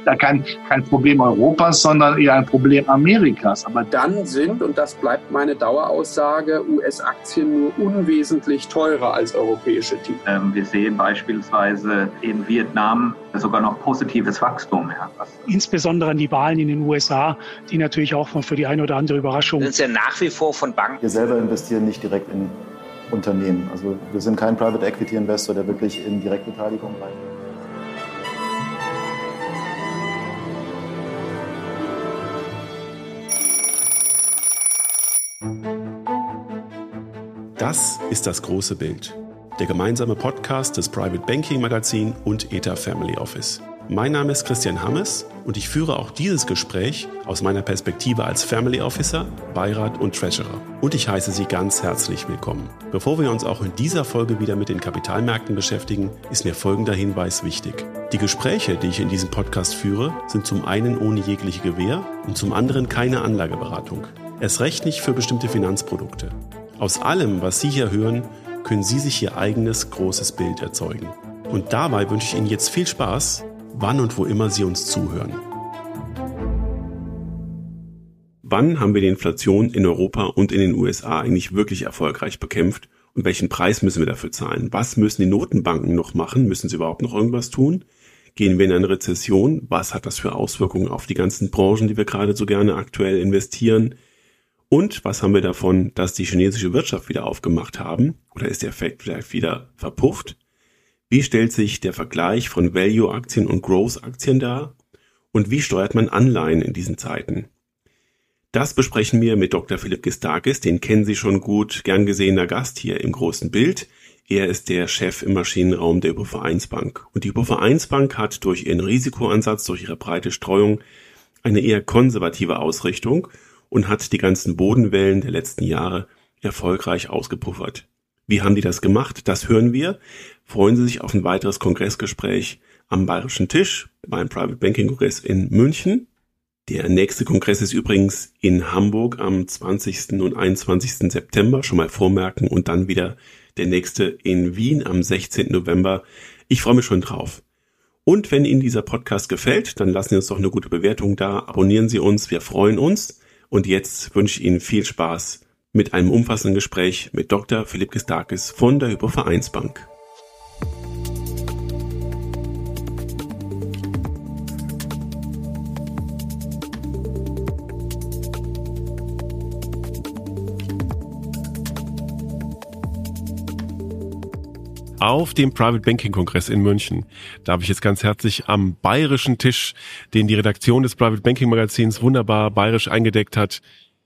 ja kein Problem Europas, sondern eher ein Problem Amerikas. Aber dann sind, und das bleibt meine Daueraussage, US-Aktien nur unwesentlich teurer als europäische Titel. Wir sehen beispielsweise in Vietnam sogar noch positives Wachstum. Ja. Insbesondere an die Wahlen in den USA, die natürlich auch für die eine oder andere Überraschung. Wir sind ja nach wie vor von Banken. Wir selber investieren nicht direkt in Unternehmen. Also wir sind kein Private Equity Investor, der wirklich in Direktbeteiligung reingeht. Das ist das große Bild. Der gemeinsame Podcast des Private Banking Magazin und ETA Family Office. Mein Name ist Christian Hammes und ich führe auch dieses Gespräch aus meiner Perspektive als Family Officer, Beirat und Treasurer. Und ich heiße Sie ganz herzlich willkommen. Bevor wir uns auch in dieser Folge wieder mit den Kapitalmärkten beschäftigen, ist mir folgender Hinweis wichtig. Die Gespräche, die ich in diesem Podcast führe, sind zum einen ohne jegliche Gewähr und zum anderen keine Anlageberatung. Erst recht nicht für bestimmte Finanzprodukte. Aus allem, was Sie hier hören, können Sie sich Ihr eigenes großes Bild erzeugen. Und dabei wünsche ich Ihnen jetzt viel Spaß, wann und wo immer Sie uns zuhören. Wann haben wir die Inflation in Europa und in den USA eigentlich wirklich erfolgreich bekämpft? Und welchen Preis müssen wir dafür zahlen? Was müssen die Notenbanken noch machen? Müssen sie überhaupt noch irgendwas tun? Gehen wir in eine Rezession? Was hat das für Auswirkungen auf die ganzen Branchen, die wir gerade so gerne aktuell investieren? Und was haben wir davon, dass die chinesische Wirtschaft wieder aufgemacht haben? Oder ist der Effekt vielleicht wieder verpufft? Wie stellt sich der Vergleich von Value-Aktien und Growth-Aktien dar? Und wie steuert man Anleihen in diesen Zeiten? Das besprechen wir mit Dr. Philipp Gistakis, den kennen Sie schon gut, gern gesehener Gast hier im großen Bild. Er ist der Chef im Maschinenraum der Hypo-Vereinsbank. Und die Hypo-Vereinsbank hat durch ihren Risikoansatz, durch ihre breite Streuung eine eher konservative Ausrichtung und hat die ganzen Bodenwellen der letzten Jahre erfolgreich ausgepuffert. Wie haben die das gemacht? Das hören wir. Freuen Sie sich auf ein weiteres Kongressgespräch am Bayerischen Tisch beim Private Banking Kongress in München. Der nächste Kongress ist übrigens in Hamburg am 20. und 21. September. Schon mal vormerken und dann wieder der nächste in Wien am 16. November. Ich freue mich schon drauf. Und wenn Ihnen dieser Podcast gefällt, dann lassen Sie uns doch eine gute Bewertung da. Abonnieren Sie uns, wir freuen uns. Und jetzt wünsche ich Ihnen viel Spaß mit einem umfassenden Gespräch mit Dr. Philipp Gistakis von der Hypo-Vereinsbank. Auf dem Private Banking Kongress in München darf ich jetzt ganz herzlich am bayerischen Tisch, den die Redaktion des Private Banking Magazins wunderbar bayerisch eingedeckt hat,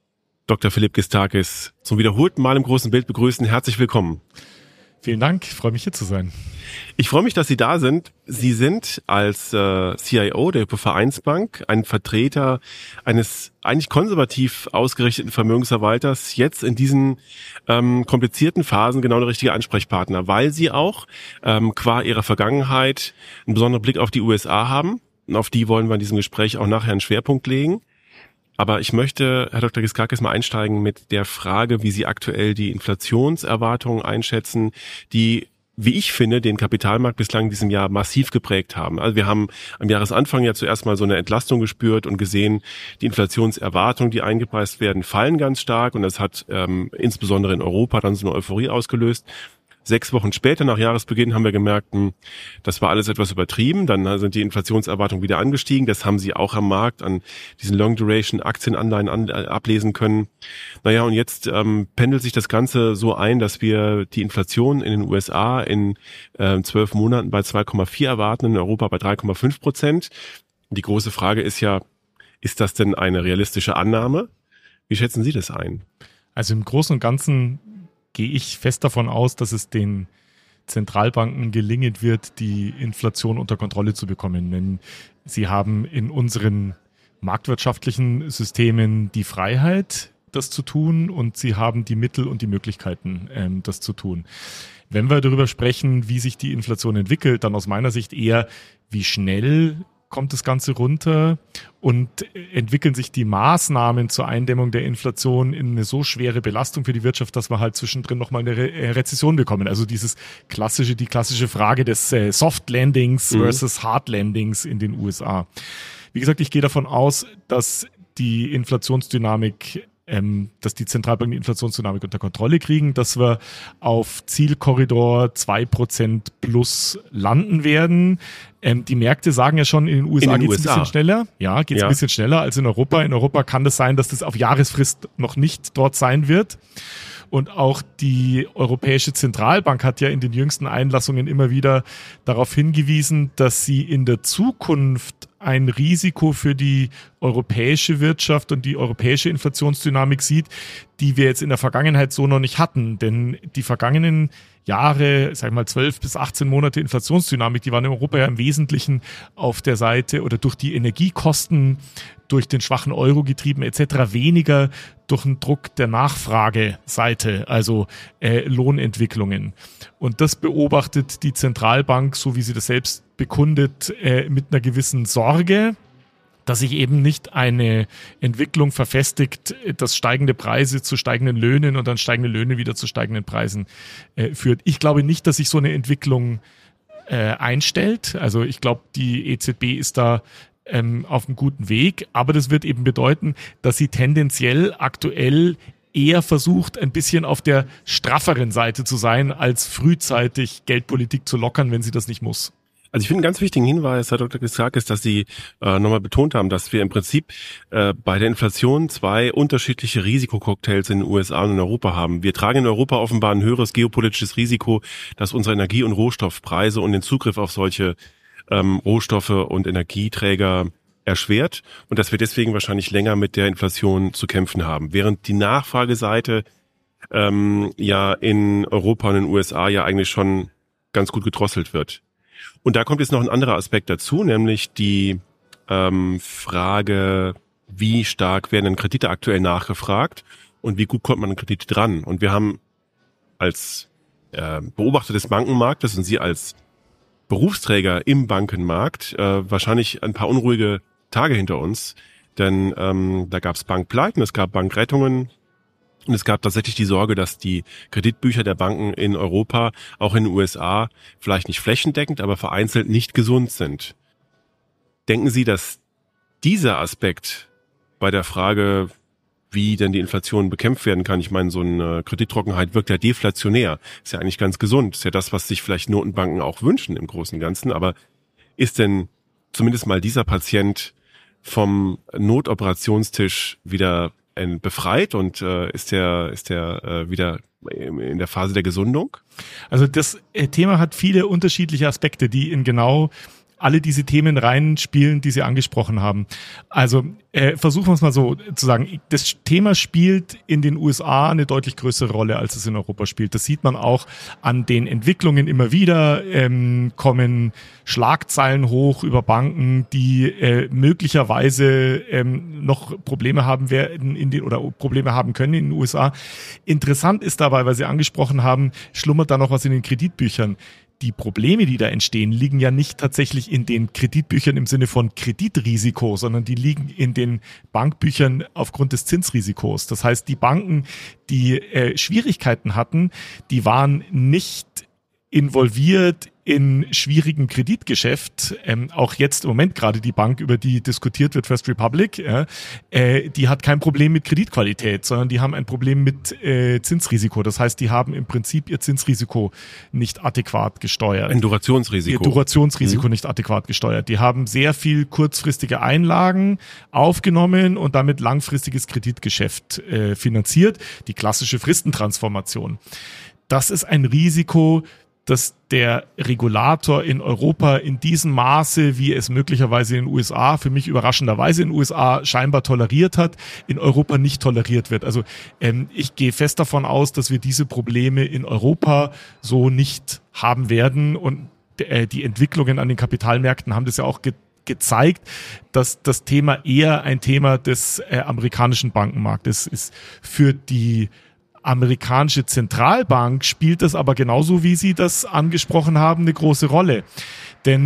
Dr. Philipp Gistakis zum wiederholten Mal im großen Bild begrüßen. Herzlich willkommen. Vielen Dank, ich freue mich hier zu sein. Ich freue mich, dass Sie da sind. Sie sind als CIO der Hypo-Vereinsbank ein Vertreter eines eigentlich konservativ ausgerichteten Vermögensverwalters, jetzt in diesen komplizierten Phasen genau der richtige Ansprechpartner, weil Sie auch qua Ihrer Vergangenheit einen besonderen Blick auf die USA haben. Und auf die wollen wir in diesem Gespräch auch nachher einen Schwerpunkt legen. Aber ich möchte, Herr Dr. Gistakis, mal einsteigen mit der Frage, wie Sie aktuell die Inflationserwartungen einschätzen, die, wie ich finde, den Kapitalmarkt bislang in diesem Jahr massiv geprägt haben. Also wir haben am Jahresanfang ja zuerst mal so eine Entlastung gespürt und gesehen, die Inflationserwartungen, die eingepreist werden, fallen ganz stark und das hat insbesondere in Europa dann so eine Euphorie ausgelöst. 6 Wochen später, nach Jahresbeginn, haben wir gemerkt, das war alles etwas übertrieben. Dann sind die Inflationserwartungen wieder angestiegen. Das haben Sie auch am Markt an diesen Long-Duration-Aktienanleihen ablesen können. Naja, und jetzt pendelt sich das Ganze so ein, dass wir die Inflation in den USA in 12 Monaten bei 2,4 erwarten, in Europa bei 3,5%. Die große Frage ist ja, ist das denn eine realistische Annahme? Wie schätzen Sie das ein? Also im Großen und Ganzen gehe ich fest davon aus, dass es den Zentralbanken gelingen wird, die Inflation unter Kontrolle zu bekommen. Denn sie haben in unseren marktwirtschaftlichen Systemen die Freiheit, das zu tun, und sie haben die Mittel und die Möglichkeiten, das zu tun. Wenn wir darüber sprechen, wie sich die Inflation entwickelt, dann aus meiner Sicht eher, wie schnell kommt das Ganze runter und entwickeln sich die Maßnahmen zur Eindämmung der Inflation in eine so schwere Belastung für die Wirtschaft, dass wir halt zwischendrin nochmal eine Rezession bekommen. Also die klassische Frage des Soft Landings versus Hard Landings in den USA. Wie gesagt, ich gehe davon aus, dass die Inflationsdynamik dass die Zentralbanken die Inflationsdynamik unter Kontrolle kriegen, dass wir auf Zielkorridor 2% plus landen werden. Die Märkte sagen ja schon, in den USA geht es ein bisschen schneller. Ja, geht es ein bisschen schneller als in Europa. In Europa kann das sein, dass das auf Jahresfrist noch nicht dort sein wird. Und auch die Europäische Zentralbank hat ja in den jüngsten Einlassungen immer wieder darauf hingewiesen, dass sie in der Zukunft ein Risiko für die europäische Wirtschaft und die europäische Inflationsdynamik sieht, die wir jetzt in der Vergangenheit so noch nicht hatten. Denn die vergangenen Jahre, sag ich mal 12 bis 18 Monate Inflationsdynamik, die waren in Europa ja im Wesentlichen auf der Seite oder durch die Energiekosten, durch den schwachen Euro getrieben etc., weniger durch den Druck der Nachfrageseite, also Lohnentwicklungen. Und das beobachtet die Zentralbank, so wie sie das selbst bekundet, mit einer gewissen Sorge, dass sich eben nicht eine Entwicklung verfestigt, dass steigende Preise zu steigenden Löhnen und dann steigende Löhne wieder zu steigenden Preisen führt. Ich glaube nicht, dass sich so eine Entwicklung einstellt. Also ich glaube, die EZB ist da auf einem guten Weg, aber das wird eben bedeuten, dass sie tendenziell aktuell eher versucht, ein bisschen auf der strafferen Seite zu sein, als frühzeitig Geldpolitik zu lockern, wenn sie das nicht muss. Also ich finde einen ganz wichtigen Hinweis, Herr Dr. Gisakis, dass Sie nochmal betont haben, dass wir im Prinzip bei der Inflation zwei unterschiedliche Risikococktails in den USA und in Europa haben. Wir tragen in Europa offenbar ein höheres geopolitisches Risiko, dass unsere Energie- und Rohstoffpreise und den Zugriff auf solche Rohstoffe und Energieträger erschwert und dass wir deswegen wahrscheinlich länger mit der Inflation zu kämpfen haben. Während die Nachfrageseite ja in Europa und in den USA ja eigentlich schon ganz gut gedrosselt wird. Und da kommt jetzt noch ein anderer Aspekt dazu, nämlich die Frage, wie stark werden denn Kredite aktuell nachgefragt und wie gut kommt man an Kredite dran. Und wir haben als Beobachter des Bankenmarktes und Sie als Berufsträger im Bankenmarkt wahrscheinlich ein paar unruhige Tage hinter uns, denn da gab es Bankpleiten, es gab Bankrettungen und es gab tatsächlich die Sorge, dass die Kreditbücher der Banken in Europa, auch in den USA, vielleicht nicht flächendeckend, aber vereinzelt nicht gesund sind. Denken Sie, dass dieser Aspekt bei der Frage, wie denn die Inflation bekämpft werden kann, ich meine, so eine Kredittrockenheit wirkt ja deflationär, ist ja eigentlich ganz gesund, ist ja das, was sich vielleicht Notenbanken auch wünschen im Großen und Ganzen, aber ist denn zumindest mal dieser Patient vom Notoperationstisch wieder befreit und ist der wieder in der Phase der Gesundung? Also das Thema hat viele unterschiedliche Aspekte, die in genau alle diese Themen reinspielen, die Sie angesprochen haben. Also versuchen wir es mal so zu sagen. Das Thema spielt in den USA eine deutlich größere Rolle, als es in Europa spielt. Das sieht man auch an den Entwicklungen immer wieder. Kommen Schlagzeilen hoch über Banken, die möglicherweise noch Probleme haben werden oder Probleme haben können in den USA. Interessant ist dabei, weil Sie angesprochen haben, schlummert da noch was in den Kreditbüchern. Die Probleme, die da entstehen, liegen ja nicht tatsächlich in den Kreditbüchern im Sinne von Kreditrisiko, sondern die liegen in den Bankbüchern aufgrund des Zinsrisikos. Das heißt, die Banken, die Schwierigkeiten hatten, die waren nicht involviert in schwierigem Kreditgeschäft. Auch jetzt im Moment gerade die Bank, über die diskutiert wird, First Republic, die hat kein Problem mit Kreditqualität, sondern die haben ein Problem mit Zinsrisiko. Das heißt, die haben im Prinzip ihr Zinsrisiko nicht adäquat gesteuert. Ein Durationsrisiko. Ihr Durationsrisiko nicht adäquat gesteuert. Die haben sehr viel kurzfristige Einlagen aufgenommen und damit langfristiges Kreditgeschäft finanziert. Die klassische Fristentransformation. Das ist ein Risiko, dass der Regulator in Europa in diesem Maße, wie es möglicherweise in den USA, für mich überraschenderweise in den USA scheinbar toleriert hat, in Europa nicht toleriert wird. Also ich gehe fest davon aus, dass wir diese Probleme in Europa so nicht haben werden und die Entwicklungen an den Kapitalmärkten haben das ja auch gezeigt, dass das Thema eher ein Thema des amerikanischen Bankenmarktes ist. Für die amerikanische Zentralbank spielt das aber genauso, wie Sie das angesprochen haben, eine große Rolle. Denn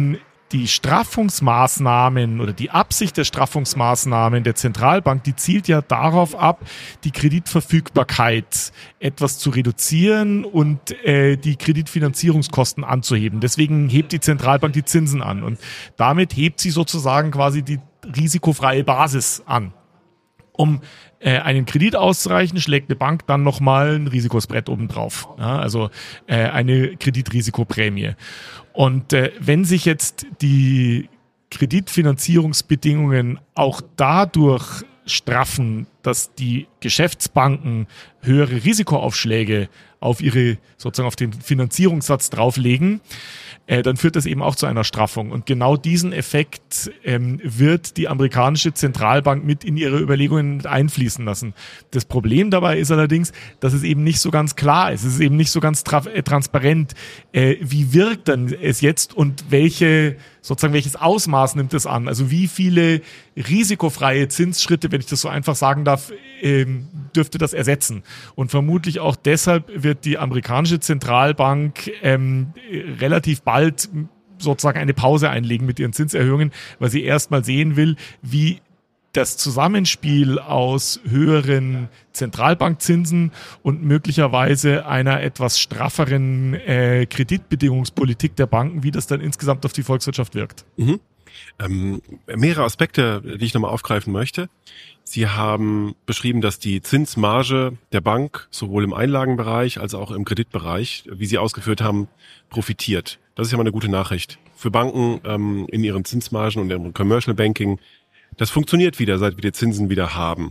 die Straffungsmaßnahmen oder die Absicht der Straffungsmaßnahmen der Zentralbank, die zielt ja darauf ab, die Kreditverfügbarkeit etwas zu reduzieren und die Kreditfinanzierungskosten anzuheben. Deswegen hebt die Zentralbank die Zinsen an und damit hebt sie sozusagen quasi die risikofreie Basis an. Um einen Kredit auszureichen, schlägt eine Bank dann nochmal ein Risikospread obendrauf. Ja, also eine Kreditrisikoprämie. Und wenn sich jetzt die Kreditfinanzierungsbedingungen auch dadurch straffen, dass die Geschäftsbanken höhere Risikoaufschläge auf auf den Finanzierungssatz drauflegen, dann führt das eben auch zu einer Straffung. Und genau diesen Effekt wird die amerikanische Zentralbank mit in ihre Überlegungen mit einfließen lassen. Das Problem dabei ist allerdings, dass es eben nicht so ganz klar ist. Es ist eben nicht so ganz transparent. Wie wirkt denn es jetzt und welches Ausmaß nimmt es an? Also wie viele risikofreie Zinsschritte, wenn ich das so einfach sagen darf, dürfte das ersetzen? Und vermutlich auch deshalb wird die amerikanische Zentralbank relativ bald sozusagen eine Pause einlegen mit ihren Zinserhöhungen, weil sie erstmal sehen will, wie das Zusammenspiel aus höheren Zentralbankzinsen und möglicherweise einer etwas strafferen Kreditbedingungspolitik der Banken, wie das dann insgesamt auf die Volkswirtschaft wirkt. Mhm. Mehrere Aspekte, die ich nochmal aufgreifen möchte. Sie haben beschrieben, dass die Zinsmarge der Bank sowohl im Einlagenbereich als auch im Kreditbereich, wie Sie ausgeführt haben, profitiert. Das ist ja mal eine gute Nachricht. Für Banken in ihren Zinsmargen und im Commercial Banking, das funktioniert wieder, seit wir die Zinsen wieder haben.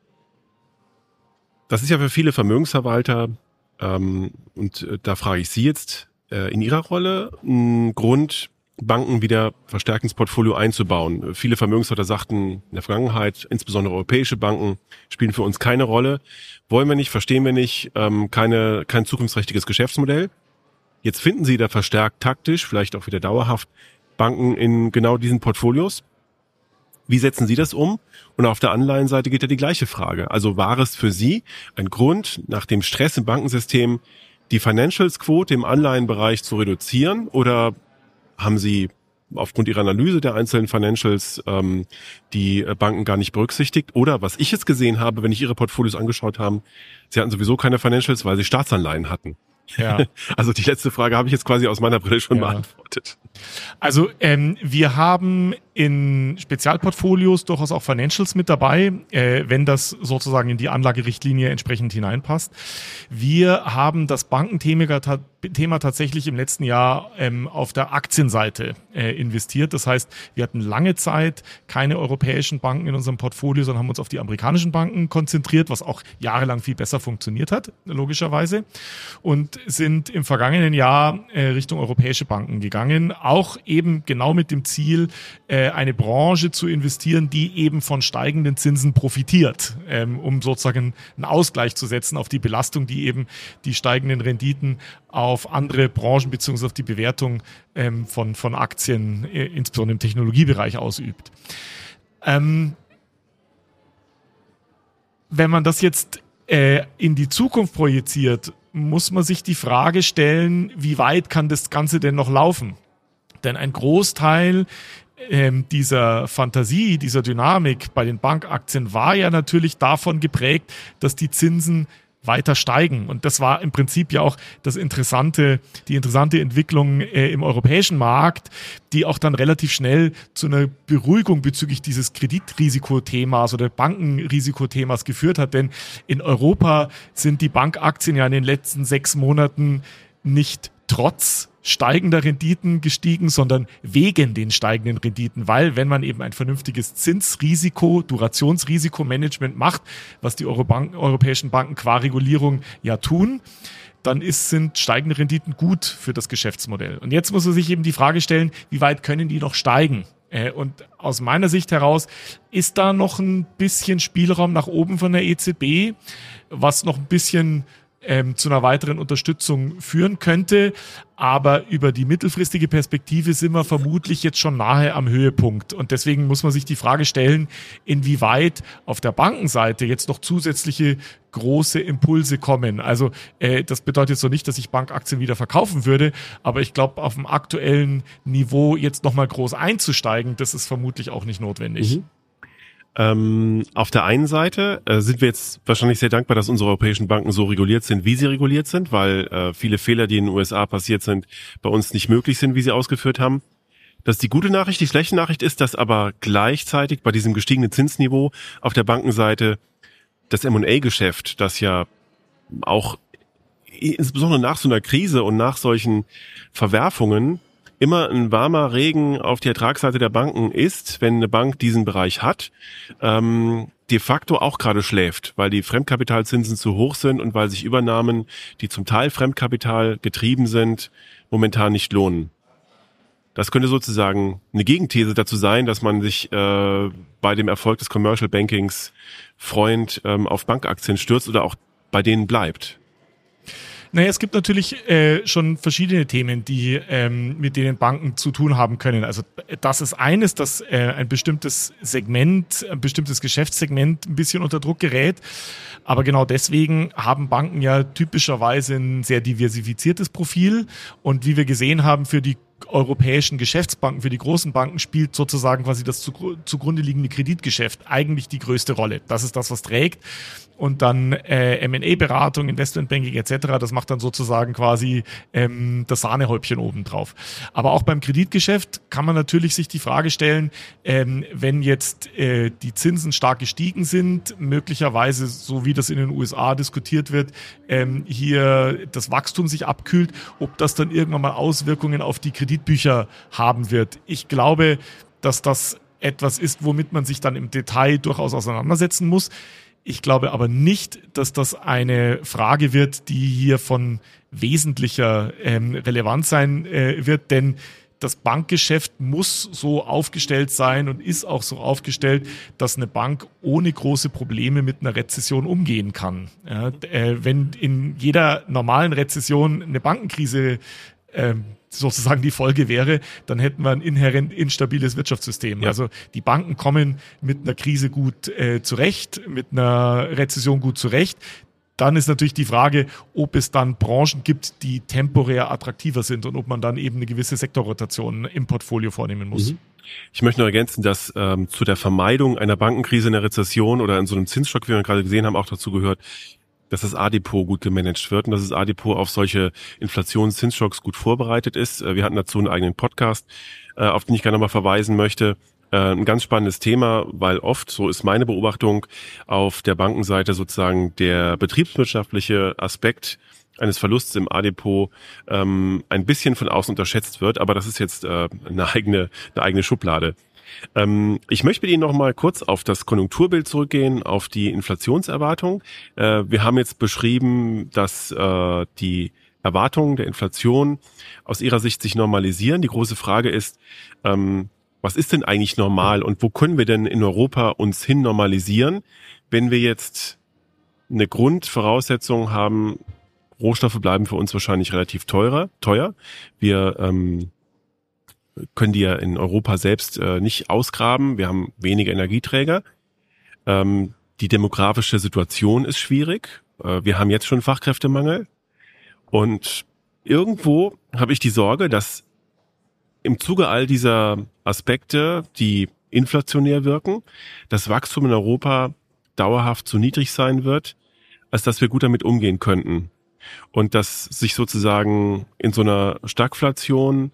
Das ist ja für viele Vermögensverwalter, und da frage ich Sie jetzt in Ihrer Rolle, ein Grund, Banken wieder verstärkt ins Portfolio einzubauen. Viele Vermögensverwalter sagten in der Vergangenheit, insbesondere europäische Banken spielen für uns keine Rolle. Wollen wir nicht, verstehen wir nicht, kein zukunftsträchtiges Geschäftsmodell. Jetzt finden Sie da verstärkt taktisch, vielleicht auch wieder dauerhaft, Banken in genau diesen Portfolios. Wie setzen Sie das um? Und auf der Anleihenseite geht ja die gleiche Frage. Also war es für Sie ein Grund, nach dem Stress im Bankensystem die Financials-Quote im Anleihenbereich zu reduzieren, oder haben Sie aufgrund Ihrer Analyse der einzelnen Financials die Banken gar nicht berücksichtigt? Oder was ich jetzt gesehen habe, wenn ich Ihre Portfolios angeschaut habe, Sie hatten sowieso keine Financials, weil Sie Staatsanleihen hatten. Ja. Also die letzte Frage habe ich jetzt quasi aus meiner Brille schon beantwortet. Also wir haben in Spezialportfolios durchaus auch Financials mit dabei, wenn das sozusagen in die Anlagerichtlinie entsprechend hineinpasst. Wir haben das Bankenthema tatsächlich im letzten Jahr auf der Aktienseite investiert. Das heißt, wir hatten lange Zeit keine europäischen Banken in unserem Portfolio, sondern haben uns auf die amerikanischen Banken konzentriert, was auch jahrelang viel besser funktioniert hat, logischerweise. Und sind im vergangenen Jahr Richtung europäische Banken gegangen, auch eben genau mit dem Ziel, eine Branche zu investieren, die eben von steigenden Zinsen profitiert, um sozusagen einen Ausgleich zu setzen auf die Belastung, die eben die steigenden Renditen auf andere Branchen bzw. auf die Bewertung von Aktien, insbesondere im Technologiebereich, ausübt. Wenn man das jetzt in die Zukunft projiziert, muss man sich die Frage stellen, wie weit kann das Ganze denn noch laufen? Denn ein Großteil dieser Fantasie, dieser Dynamik bei den Bankaktien war ja natürlich davon geprägt, dass die Zinsen weiter steigen. Und das war im Prinzip ja auch die interessante Entwicklung im europäischen Markt, die auch dann relativ schnell zu einer Beruhigung bezüglich dieses Kreditrisikothemas oder Bankenrisikothemas geführt hat. Denn in Europa sind die Bankaktien ja in den letzten 6 Monaten nicht trotz steigender Renditen gestiegen, sondern wegen den steigenden Renditen, weil wenn man eben ein vernünftiges Zinsrisiko, Durationsrisikomanagement macht, was die europäischen Banken qua Regulierung ja tun, dann sind steigende Renditen gut für das Geschäftsmodell. Und jetzt muss man sich eben die Frage stellen, wie weit können die noch steigen? Und aus meiner Sicht heraus ist da noch ein bisschen Spielraum nach oben von der EZB, was noch ein bisschen zu einer weiteren Unterstützung führen könnte. Aber über die mittelfristige Perspektive sind wir vermutlich jetzt schon nahe am Höhepunkt. Und deswegen muss man sich die Frage stellen, inwieweit auf der Bankenseite jetzt noch zusätzliche große Impulse kommen. Also das bedeutet so nicht, dass ich Bankaktien wieder verkaufen würde, aber ich glaube, auf dem aktuellen Niveau jetzt nochmal groß einzusteigen, das ist vermutlich auch nicht notwendig. Auf der einen Seite sind wir jetzt wahrscheinlich sehr dankbar, dass unsere europäischen Banken so reguliert sind, wie sie reguliert sind, weil viele Fehler, die in den USA passiert sind, bei uns nicht möglich sind, wie sie ausgeführt haben. Das ist die gute Nachricht. Die schlechte Nachricht ist, dass aber gleichzeitig bei diesem gestiegenen Zinsniveau auf der Bankenseite das M&A-Geschäft, das ja auch insbesondere nach so einer Krise und nach solchen Verwerfungen immer ein warmer Regen auf die Ertragsseite der Banken ist, wenn eine Bank diesen Bereich hat, de facto auch gerade schläft, weil die Fremdkapitalzinsen zu hoch sind und weil sich Übernahmen, die zum Teil Fremdkapital getrieben sind, momentan nicht lohnen. Das könnte sozusagen eine Gegenthese dazu sein, dass man sich bei dem Erfolg des Commercial Bankings freund auf Bankaktien stürzt oder auch bei denen bleibt. Naja, es gibt natürlich schon verschiedene Themen, die mit denen Banken zu tun haben können. Also das ist eines, dass ein bestimmtes Segment, ein bestimmtes Geschäftssegment ein bisschen unter Druck gerät. Aber genau deswegen haben Banken ja typischerweise ein sehr diversifiziertes Profil. Und wie wir gesehen haben, für die europäischen Geschäftsbanken, für die großen Banken spielt sozusagen quasi das zugrunde liegende Kreditgeschäft eigentlich die größte Rolle. Das ist das, was trägt. Und dann M&A-Beratung, Investmentbanking etc., das macht dann sozusagen quasi das Sahnehäubchen obendrauf. Aber auch beim Kreditgeschäft kann man natürlich sich die Frage stellen, wenn jetzt die Zinsen stark gestiegen sind, möglicherweise, so wie das in den USA diskutiert wird, hier das Wachstum sich abkühlt, ob das dann irgendwann mal Auswirkungen auf die Kreditbücher haben wird. Ich glaube, dass das etwas ist, womit man sich dann im Detail durchaus auseinandersetzen muss. Ich glaube aber nicht, dass das eine Frage wird, die hier von wesentlicher Relevanz sein wird, denn das Bankgeschäft muss so aufgestellt sein und ist auch so aufgestellt, dass eine Bank ohne große Probleme mit einer Rezession umgehen kann. Ja, wenn in jeder normalen Rezession eine Bankenkrise sozusagen die Folge wäre, dann hätten wir ein inhärent instabiles Wirtschaftssystem. Ja. Also die Banken kommen mit einer Krise gut zurecht, mit einer Rezession gut zurecht. Dann ist natürlich die Frage, ob es dann Branchen gibt, die temporär attraktiver sind und ob man dann eben eine gewisse Sektorrotation im Portfolio vornehmen muss. Ich möchte noch ergänzen, dass zu der Vermeidung einer Bankenkrise in der Rezession oder in so einem Zinsschock, wie wir gerade gesehen haben, auch dazu gehört, dass das A-Depot gut gemanagt wird und dass das A-Depot auf solche Inflationszinsschocks gut vorbereitet ist. Wir hatten dazu einen eigenen Podcast, auf den ich gerne nochmal verweisen möchte. Ein ganz spannendes Thema, weil oft, so ist meine Beobachtung, auf der Bankenseite sozusagen der betriebswirtschaftliche Aspekt eines Verlusts im A-Depot ein bisschen von außen unterschätzt wird, aber das ist jetzt eine eigene Schublade. Ich möchte mit Ihnen noch mal kurz auf das Konjunkturbild zurückgehen, auf die Inflationserwartung. Wir haben jetzt beschrieben, dass die Erwartungen der Inflation aus Ihrer Sicht sich normalisieren. Die große Frage ist, was ist denn eigentlich normal und wo können wir denn in Europa uns hin normalisieren, wenn wir jetzt eine Grundvoraussetzung haben, Rohstoffe bleiben für uns wahrscheinlich relativ teuer. Wir können die ja in Europa selbst nicht ausgraben. Wir haben wenige Energieträger. Die demografische Situation ist schwierig. Wir haben jetzt schon Fachkräftemangel. Und irgendwo habe ich die Sorge, dass im Zuge all dieser Aspekte, die inflationär wirken, das Wachstum in Europa dauerhaft zu niedrig sein wird, als dass wir gut damit umgehen könnten. Und dass sich sozusagen in so einer Stagflation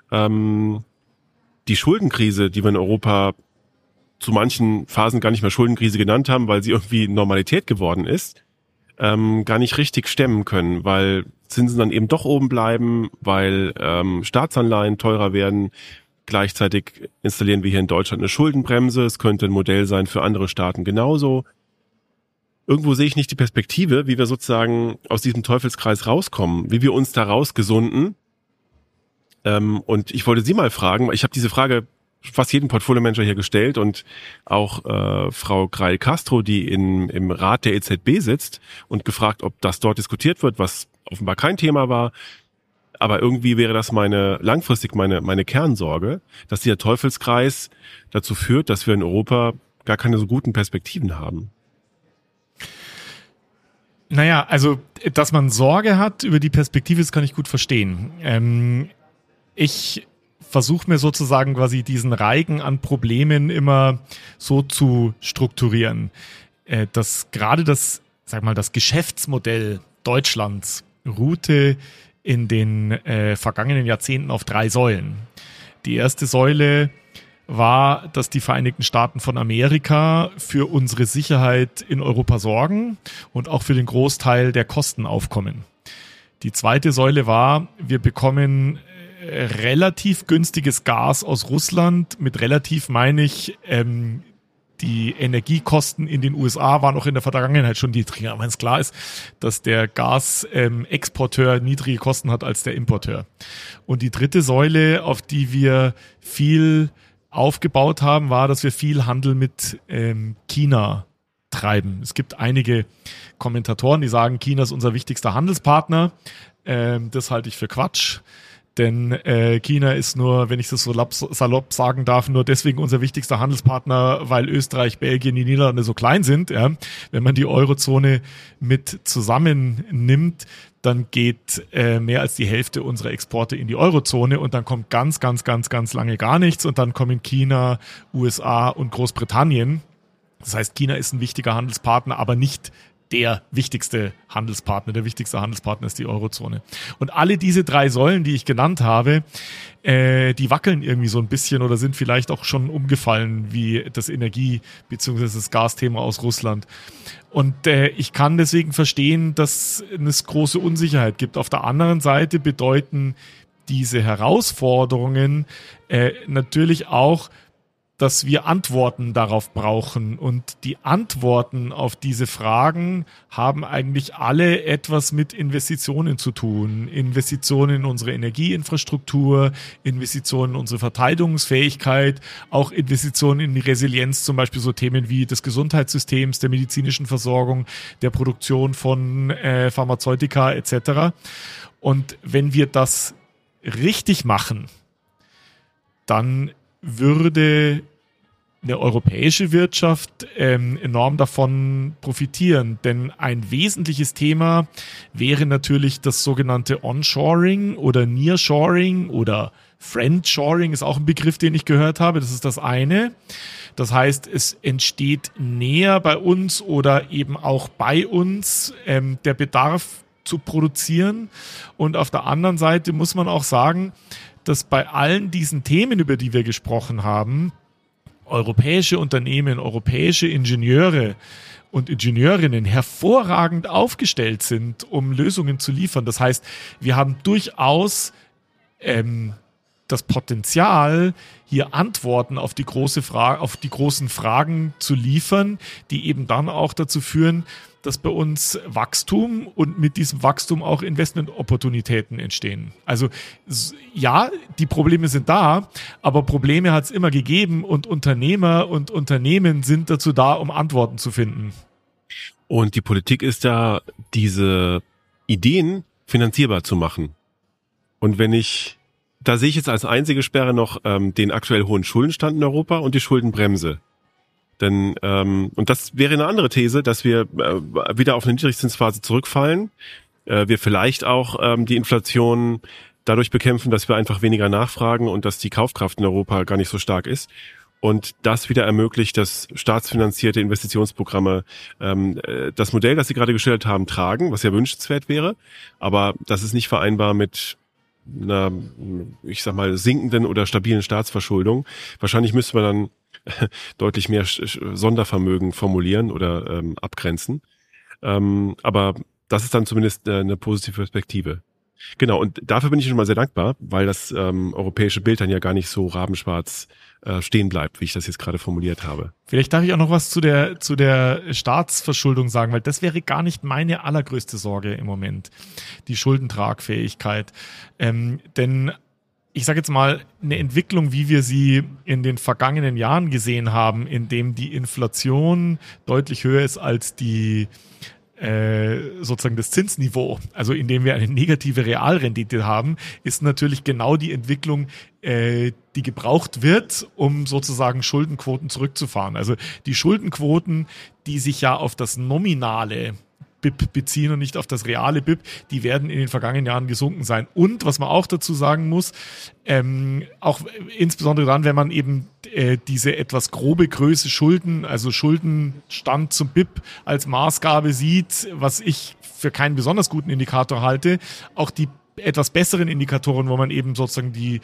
die Schuldenkrise, die wir in Europa zu manchen Phasen gar nicht mehr Schuldenkrise genannt haben, weil sie irgendwie Normalität geworden ist, gar nicht richtig stemmen können, weil Zinsen dann eben doch oben bleiben, weil Staatsanleihen teurer werden. Gleichzeitig installieren wir hier in Deutschland eine Schuldenbremse. Es könnte ein Modell sein für andere Staaten genauso. Irgendwo sehe ich nicht die Perspektive, wie wir sozusagen aus diesem Teufelskreis rauskommen, wie wir uns da rausgesunden. Und ich wollte Sie mal fragen, ich habe diese Frage fast jeden Portfolio-Manager hier gestellt und auch Frau Greil-Castro, die im Rat der EZB sitzt, und gefragt, ob das dort diskutiert wird, was offenbar kein Thema war. Aber irgendwie wäre das langfristig meine Kernsorge, dass dieser Teufelskreis dazu führt, dass wir in Europa gar keine so guten Perspektiven haben. Naja, also, dass man Sorge hat über die Perspektive, das kann ich gut verstehen. Ich versuche mir sozusagen quasi diesen Reigen an Problemen immer so zu strukturieren, dass gerade das Geschäftsmodell Deutschlands ruhte in den vergangenen Jahrzehnten auf 3 Säulen. Die erste Säule war, dass die Vereinigten Staaten von Amerika für unsere Sicherheit in Europa sorgen und auch für den Großteil der Kosten aufkommen. Die zweite Säule war, wir bekommen relativ günstiges Gas aus Russland. Mit relativ meine ich, die Energiekosten in den USA waren auch in der Vergangenheit schon niedriger. Aber wenn es klar ist, dass der Gasexporteur niedrige Kosten hat als der Importeur. Und die dritte Säule, auf die wir viel aufgebaut haben, war, dass wir viel Handel mit China treiben. Es gibt einige Kommentatoren, die sagen, China ist unser wichtigster Handelspartner. Das halte ich für Quatsch. Denn China ist nur, wenn ich das so salopp sagen darf, nur deswegen unser wichtigster Handelspartner, weil Österreich, Belgien, die Niederlande so klein sind. Ja. Wenn man die Eurozone mit zusammennimmt, dann geht mehr als die Hälfte unserer Exporte in die Eurozone und dann kommt ganz, ganz, ganz, ganz lange gar nichts und dann kommen China, USA und Großbritannien. Das heißt, China ist ein wichtiger Handelspartner, aber nicht der wichtigste Handelspartner. Der wichtigste Handelspartner ist die Eurozone. Und alle diese 3 Säulen, die ich genannt habe, die wackeln irgendwie so ein bisschen oder sind vielleicht auch schon umgefallen, wie das Energie- bzw. das Gasthema aus Russland. Und ich kann deswegen verstehen, dass es große Unsicherheit gibt. Auf der anderen Seite bedeuten diese Herausforderungen natürlich auch, dass wir Antworten darauf brauchen. Und die Antworten auf diese Fragen haben eigentlich alle etwas mit Investitionen zu tun. Investitionen in unsere Energieinfrastruktur, Investitionen in unsere Verteidigungsfähigkeit, auch Investitionen in die Resilienz, zum Beispiel so Themen wie des Gesundheitssystems, der medizinischen Versorgung, der Produktion von Pharmazeutika etc. Und wenn wir das richtig machen, dann würde eine europäische Wirtschaft enorm davon profitieren. Denn ein wesentliches Thema wäre natürlich das sogenannte Onshoring oder Nearshoring oder Friendshoring ist auch ein Begriff, den ich gehört habe. Das ist das eine. Das heißt, es entsteht näher bei uns oder eben auch bei uns der Bedarf zu produzieren. Und auf der anderen Seite muss man auch sagen, dass bei allen diesen Themen, über die wir gesprochen haben, europäische Unternehmen, europäische Ingenieure und Ingenieurinnen hervorragend aufgestellt sind, um Lösungen zu liefern. Das heißt, wir haben durchaus das Potenzial, hier Antworten auf die großen Fragen zu liefern, die eben dann auch dazu führen, dass bei uns Wachstum und mit diesem Wachstum auch Investmentopportunitäten entstehen. Also ja, die Probleme sind da, aber Probleme hat es immer gegeben und Unternehmer und Unternehmen sind dazu da, um Antworten zu finden. Und die Politik ist da, diese Ideen finanzierbar zu machen. Und da sehe ich jetzt als einzige Sperre noch den aktuell hohen Schuldenstand in Europa und die Schuldenbremse. Denn und das wäre eine andere These, dass wir wieder auf eine Niedrigzinsphase zurückfallen. Wir vielleicht auch die Inflation dadurch bekämpfen, dass wir einfach weniger nachfragen und dass die Kaufkraft in Europa gar nicht so stark ist. Und das wieder ermöglicht, dass staatsfinanzierte Investitionsprogramme das Modell, das Sie gerade geschildert haben, tragen, was ja wünschenswert wäre. Aber das ist nicht vereinbar mit einer, ich sag mal, sinkenden oder stabilen Staatsverschuldung. Wahrscheinlich müsste man dann deutlich mehr Sondervermögen formulieren oder abgrenzen. Aber das ist dann zumindest eine positive Perspektive. Genau, und dafür bin ich schon mal sehr dankbar, weil das europäische Bild dann ja gar nicht so rabenschwarz stehen bleibt, wie ich das jetzt gerade formuliert habe. Vielleicht darf ich auch noch was zu der Staatsverschuldung sagen, weil das wäre gar nicht meine allergrößte Sorge im Moment, die Schuldentragfähigkeit. Denn ich sage jetzt mal, eine Entwicklung, wie wir sie in den vergangenen Jahren gesehen haben, in dem die Inflation deutlich höher ist als die sozusagen das Zinsniveau, also indem wir eine negative Realrendite haben, ist natürlich genau die Entwicklung, die gebraucht wird, um sozusagen Schuldenquoten zurückzufahren. Also die Schuldenquoten, die sich ja auf das nominale BIP beziehen und nicht auf das reale BIP, die werden in den vergangenen Jahren gesunken sein. Und was man auch dazu sagen muss, auch insbesondere dann, wenn man eben diese etwas grobe Größe Schulden, also Schuldenstand zum BIP als Maßgabe sieht, was ich für keinen besonders guten Indikator halte, auch die etwas besseren Indikatoren, wo man eben sozusagen die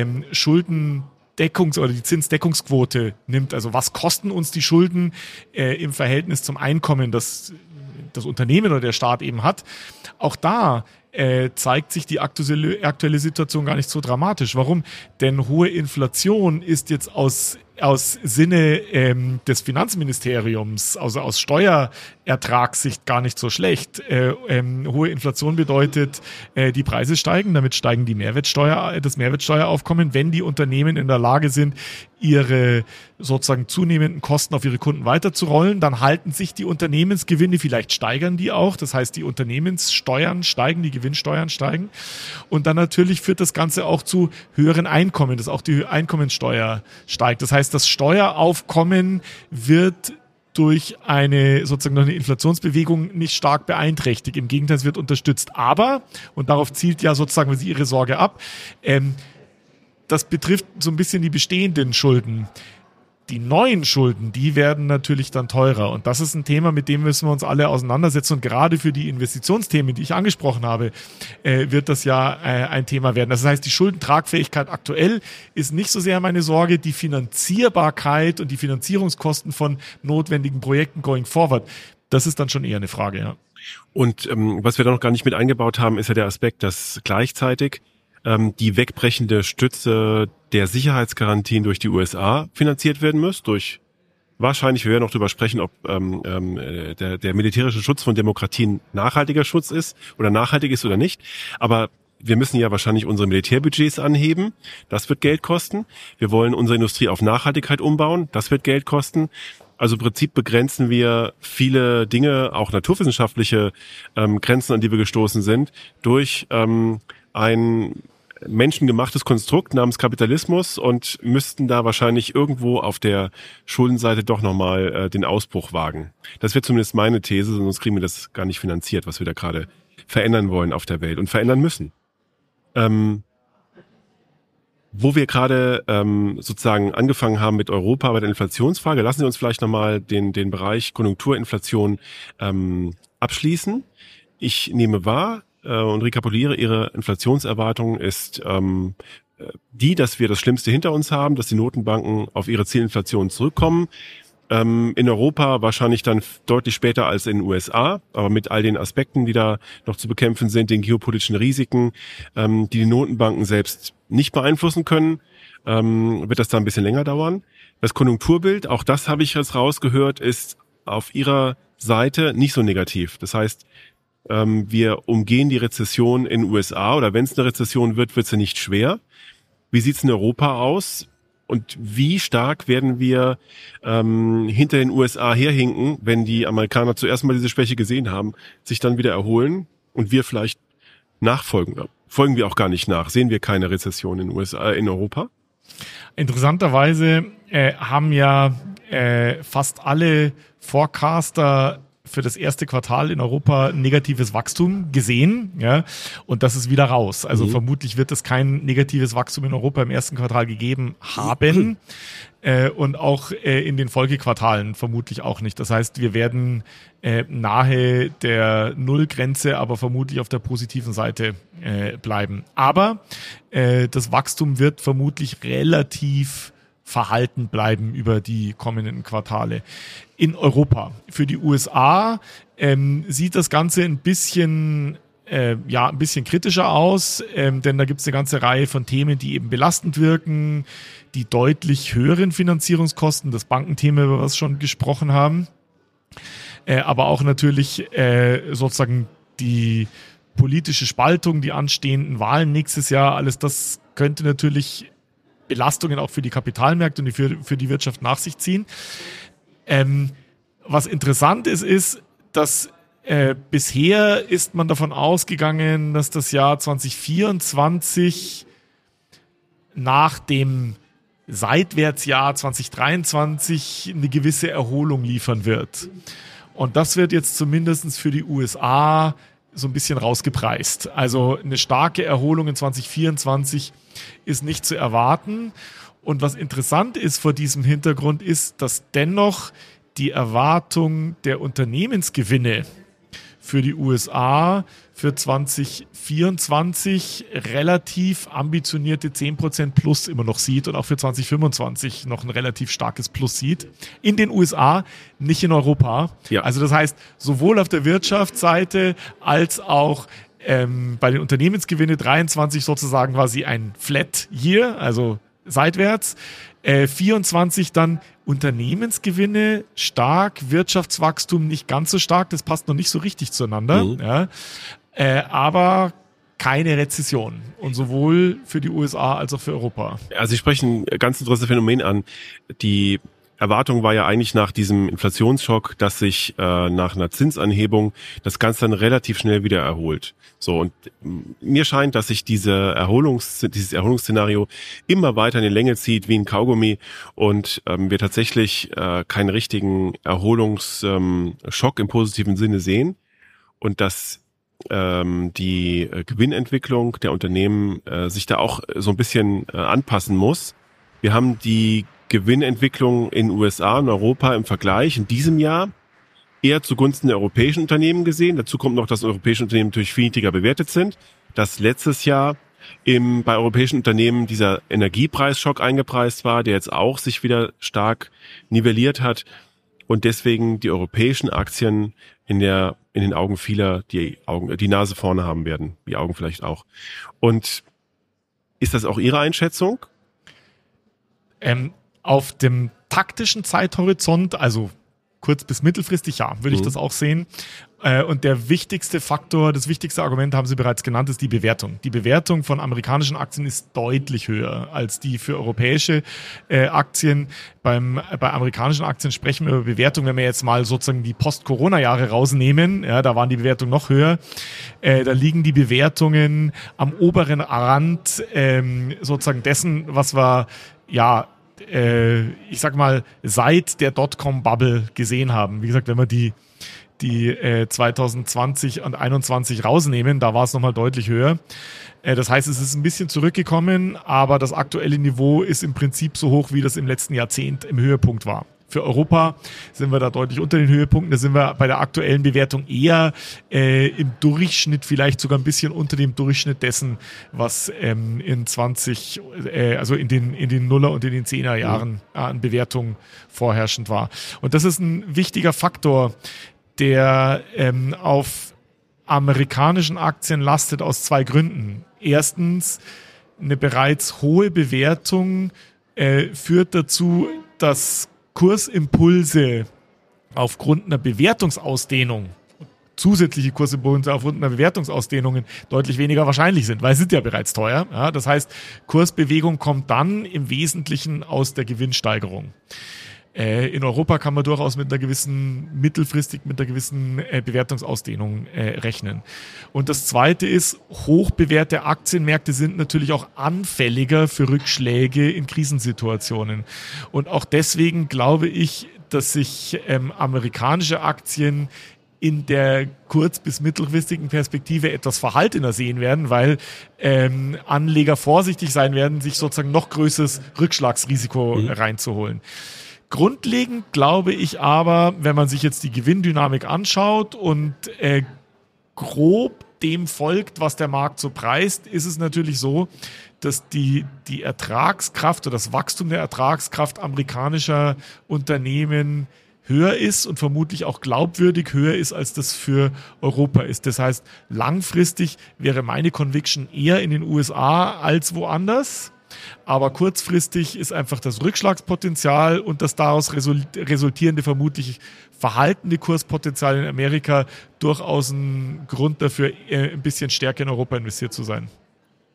oder die Zinsdeckungsquote nimmt. Also was kosten uns die Schulden im Verhältnis zum Einkommen, das Unternehmen oder der Staat eben hat. Auch da zeigt sich die aktuelle Situation gar nicht so dramatisch. Warum? Denn hohe Inflation ist jetzt aus Sinne des Finanzministeriums, also aus Steuerertragssicht gar nicht so schlecht. Hohe Inflation bedeutet, die Preise steigen, damit steigen das Mehrwertsteueraufkommen. Wenn die Unternehmen in der Lage sind, ihre sozusagen zunehmenden Kosten auf ihre Kunden weiterzurollen, dann halten sich die Unternehmensgewinne, vielleicht steigern die auch. Das heißt, die Unternehmenssteuern steigen, die Gewinnsteuern steigen. Und dann natürlich führt das Ganze auch zu höheren Einkommen, dass auch die Einkommensteuer steigt. Das heißt, das Steueraufkommen wird durch eine Inflationsbewegung nicht stark beeinträchtigt. Im Gegenteil, es wird unterstützt. Aber, und darauf zielt ja sozusagen Ihre Sorge ab, das betrifft so ein bisschen die bestehenden Schulden. Die neuen Schulden, die werden natürlich dann teurer. Und das ist ein Thema, mit dem müssen wir uns alle auseinandersetzen. Und gerade für die Investitionsthemen, die ich angesprochen habe, wird das ja ein Thema werden. Das heißt, die Schuldentragfähigkeit aktuell ist nicht so sehr meine Sorge. Die Finanzierbarkeit und die Finanzierungskosten von notwendigen Projekten going forward, das ist dann schon eher eine Frage, ja. Und was wir da noch gar nicht mit eingebaut haben, ist ja der Aspekt, dass gleichzeitig die wegbrechende Stütze der Sicherheitsgarantien durch die USA finanziert werden muss, wahrscheinlich, wir werden noch drüber sprechen, ob der militärische Schutz von Demokratien nachhaltig ist oder nicht, aber wir müssen ja wahrscheinlich unsere Militärbudgets anheben, das wird Geld kosten. Wir wollen unsere Industrie auf Nachhaltigkeit umbauen, das wird Geld kosten. Also im Prinzip begrenzen wir viele Dinge, auch naturwissenschaftliche Grenzen, an die wir gestoßen sind, durch ein menschengemachtes Konstrukt namens Kapitalismus und müssten da wahrscheinlich irgendwo auf der Schuldenseite doch nochmal den Ausbruch wagen. Das wäre zumindest meine These, sonst kriegen wir das gar nicht finanziert, was wir da gerade verändern wollen auf der Welt und verändern müssen. Wo wir gerade sozusagen angefangen haben mit Europa bei der Inflationsfrage, lassen Sie uns vielleicht nochmal den Bereich Konjunkturinflation abschließen. Ich nehme wahr, und rekapituliere, Ihre Inflationserwartung ist die, dass wir das Schlimmste hinter uns haben, dass die Notenbanken auf ihre Zielinflation zurückkommen. In Europa wahrscheinlich dann deutlich später als in den USA, aber mit all den Aspekten, die da noch zu bekämpfen sind, den geopolitischen Risiken, die Notenbanken selbst nicht beeinflussen können, wird das da ein bisschen länger dauern. Das Konjunkturbild, auch das habe ich jetzt rausgehört, ist auf Ihrer Seite nicht so negativ. Das heißt, wir umgehen die Rezession in den USA oder wenn es eine Rezession wird, wird sie nicht schwer. Wie sieht's in Europa aus? Und wie stark werden wir hinter den USA herhinken, wenn die Amerikaner zuerst mal diese Schwäche gesehen haben, sich dann wieder erholen und wir vielleicht nachfolgen? Folgen wir auch gar nicht nach? Sehen wir keine Rezession in den USA, in Europa? Interessanterweise haben ja fast alle Forecaster für das erste Quartal in Europa negatives Wachstum gesehen, ja, und das ist wieder raus. Also vermutlich wird es kein negatives Wachstum in Europa im ersten Quartal gegeben haben und auch in den Folgequartalen vermutlich auch nicht. Das heißt, wir werden nahe der Nullgrenze, aber vermutlich auf der positiven Seite bleiben. Aber das Wachstum wird vermutlich relativ verhalten bleiben über die kommenden Quartale in Europa. Für die USA sieht das Ganze ein bisschen kritischer aus, denn da gibt es eine ganze Reihe von Themen, die eben belastend wirken, die deutlich höheren Finanzierungskosten, das Bankenthema, über was wir schon gesprochen haben, aber auch natürlich sozusagen die politische Spaltung, die anstehenden Wahlen nächstes Jahr, alles das könnte natürlich Belastungen auch für die Kapitalmärkte und für die Wirtschaft nach sich ziehen. Was interessant ist, dass bisher ist man davon ausgegangen, dass das Jahr 2024 nach dem Seitwärtsjahr 2023 eine gewisse Erholung liefern wird. Und das wird jetzt zumindest für die USA so ein bisschen rausgepreist. Also eine starke Erholung in 2024 ist nicht zu erwarten. Und was interessant ist vor diesem Hintergrund ist, dass dennoch die Erwartung der Unternehmensgewinne für die USA für 2024 relativ ambitionierte 10% Plus immer noch sieht und auch für 2025 noch ein relativ starkes Plus sieht. In den USA, nicht in Europa. Ja. Also das heißt, sowohl auf der Wirtschaftsseite als auch bei den Unternehmensgewinne 23 sozusagen quasi ein Flat Year, also seitwärts. 24 dann Unternehmensgewinne stark, Wirtschaftswachstum nicht ganz so stark, das passt noch nicht so richtig zueinander, ja. Aber keine Rezession und sowohl für die USA als auch für Europa. Also Sie sprechen ein ganz interessantes Phänomen an. Die Erwartung war ja eigentlich nach diesem Inflationsschock, dass sich nach einer Zinsanhebung das Ganze dann relativ schnell wieder erholt. So, und mir scheint, dass sich dieses Erholungsszenario immer weiter in die Länge zieht wie ein Kaugummi und wir tatsächlich keinen richtigen Erholungsschock im positiven Sinne sehen und dass die Gewinnentwicklung der Unternehmen sich da auch so ein bisschen anpassen muss. Wir haben die Gewinnentwicklung in den USA und Europa im Vergleich in diesem Jahr eher zugunsten der europäischen Unternehmen gesehen. Dazu kommt noch, dass europäische Unternehmen natürlich viel niedriger bewertet sind. Dass letztes Jahr bei europäischen Unternehmen dieser Energiepreisschock eingepreist war, der jetzt auch sich wieder stark nivelliert hat und deswegen die europäischen Aktien in den Augen vieler die Nase vorne haben werden, die Augen vielleicht auch. Und ist das auch Ihre Einschätzung? Auf dem taktischen Zeithorizont, also kurz- bis mittelfristig, ja, würde ich das auch sehen. Und der wichtigste Faktor, das wichtigste Argument haben Sie bereits genannt, ist die Bewertung. Die Bewertung von amerikanischen Aktien ist deutlich höher als die für europäische Aktien. Bei amerikanischen Aktien sprechen wir über Bewertung, wenn wir jetzt mal sozusagen die Post-Corona-Jahre rausnehmen, ja, da waren die Bewertungen noch höher. Da liegen die Bewertungen am oberen Rand sozusagen dessen, was wir, ja, ich sag mal, seit der Dotcom-Bubble gesehen haben. Wie gesagt, wenn wir die 2020 und 21 rausnehmen, da war es nochmal deutlich höher. Das heißt, es ist ein bisschen zurückgekommen, aber das aktuelle Niveau ist im Prinzip so hoch, wie das im letzten Jahrzehnt im Höhepunkt war. Für Europa sind wir da deutlich unter den Höhepunkten. Da sind wir bei der aktuellen Bewertung eher im Durchschnitt, vielleicht sogar ein bisschen unter dem Durchschnitt dessen, was in den Nuller- und in den 10er Jahren an Bewertung vorherrschend war. Und das ist ein wichtiger Faktor, der auf amerikanischen Aktien lastet aus zwei Gründen. Erstens, eine bereits hohe Bewertung führt dazu, dass Kursimpulse aufgrund einer Bewertungsausdehnung, zusätzliche Kursimpulse aufgrund einer Bewertungsausdehnungen deutlich weniger wahrscheinlich sind, weil sie sind ja bereits teuer. Ja, das heißt, Kursbewegung kommt dann im Wesentlichen aus der Gewinnsteigerung. In Europa kann man durchaus mit einer gewissen Bewertungsausdehnung rechnen. Und das Zweite ist, hochbewährte Aktienmärkte sind natürlich auch anfälliger für Rückschläge in Krisensituationen. Und auch deswegen glaube ich, dass sich amerikanische Aktien in der kurz- bis mittelfristigen Perspektive etwas verhaltener sehen werden, weil Anleger vorsichtig sein werden, sich sozusagen noch größeres Rückschlagsrisiko reinzuholen. Grundlegend glaube ich aber, wenn man sich jetzt die Gewinndynamik anschaut und grob dem folgt, was der Markt so preist, ist es natürlich so, dass die Ertragskraft oder das Wachstum der Ertragskraft amerikanischer Unternehmen höher ist und vermutlich auch glaubwürdig höher ist, als das für Europa ist. Das heißt, langfristig wäre meine Conviction eher in den USA als woanders. Aber kurzfristig ist einfach das Rückschlagspotenzial und das daraus resultierende vermutlich verhaltene Kurspotenzial in Amerika durchaus ein Grund dafür, ein bisschen stärker in Europa investiert zu sein.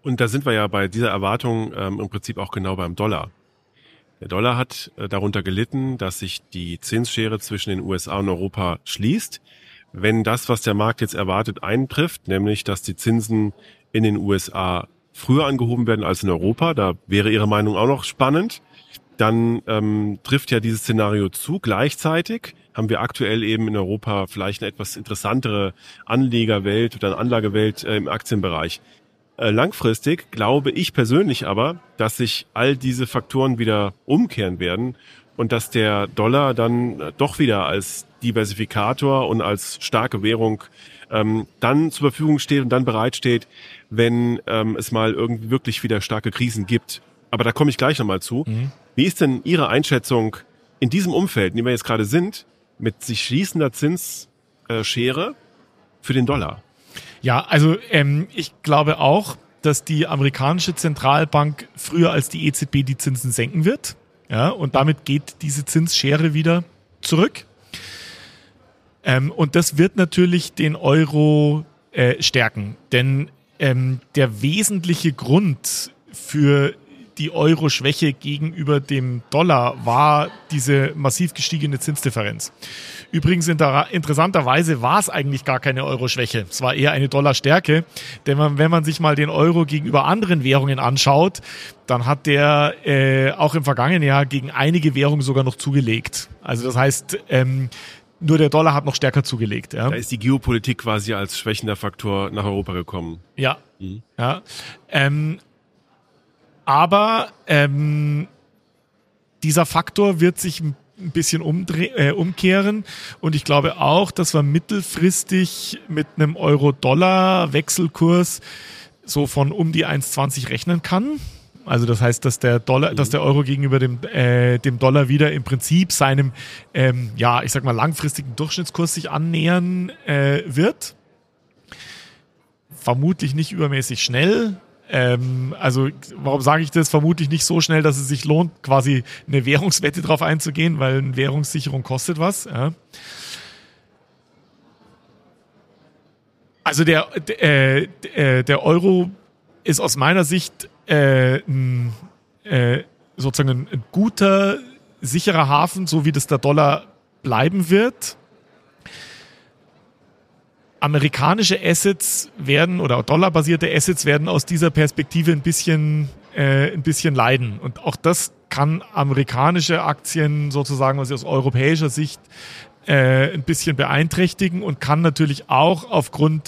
Und da sind wir ja bei dieser Erwartung im Prinzip auch genau beim Dollar. Der Dollar hat darunter gelitten, dass sich die Zinsschere zwischen den USA und Europa schließt. Wenn das, was der Markt jetzt erwartet, eintrifft, nämlich dass die Zinsen in den USA früher angehoben werden als in Europa, da wäre Ihre Meinung auch noch spannend, dann trifft ja dieses Szenario zu. Gleichzeitig haben wir aktuell eben in Europa vielleicht eine etwas interessantere Anlegerwelt oder eine Anlagewelt im Aktienbereich. Langfristig glaube ich persönlich aber, dass sich all diese Faktoren wieder umkehren werden und dass der Dollar dann doch wieder als Diversifikator und als starke Währung dann zur Verfügung steht und dann bereitsteht, wenn es mal irgendwie wirklich wieder starke Krisen gibt. Aber da komme ich gleich nochmal zu. Wie ist denn Ihre Einschätzung in diesem Umfeld, in dem wir jetzt gerade sind, mit sich schließender Zinsschere für den Dollar? Ja, also ich glaube auch, dass die amerikanische Zentralbank früher als die EZB die Zinsen senken wird. Ja, und damit geht diese Zinsschere wieder zurück. Und das wird natürlich den Euro stärken. Denn der wesentliche Grund für die Euro-Schwäche gegenüber dem Dollar war diese massiv gestiegene Zinsdifferenz. Übrigens interessanterweise war es eigentlich gar keine Euro-Schwäche. Es war eher eine Dollar-Stärke. Denn wenn man sich mal den Euro gegenüber anderen Währungen anschaut, dann hat der auch im vergangenen Jahr gegen einige Währungen sogar noch zugelegt. Also das heißt, nur der Dollar hat noch stärker zugelegt. Ja. Da ist die Geopolitik quasi als schwächender Faktor nach Europa gekommen. Ja, ja. Aber dieser Faktor wird sich ein bisschen umkehren und ich glaube auch, dass man mittelfristig mit einem Euro-Dollar-Wechselkurs so von um die 1,20 rechnen kann. Also das heißt, dass der Euro gegenüber dem Dollar wieder im Prinzip seinem, ich sag mal, langfristigen Durchschnittskurs sich annähern wird. Vermutlich nicht übermäßig schnell. Also warum sage ich das? Vermutlich nicht so schnell, dass es sich lohnt, quasi eine Währungswette drauf einzugehen, weil eine Währungssicherung kostet was. Ja. Also der Euro ist aus meiner Sicht sozusagen ein guter, sicherer Hafen, so wie das der Dollar bleiben wird. Amerikanische Assets werden oder dollarbasierte Assets werden aus dieser Perspektive ein bisschen leiden. Und auch das kann amerikanische Aktien sozusagen aus europäischer Sicht ein bisschen beeinträchtigen und kann natürlich auch aufgrund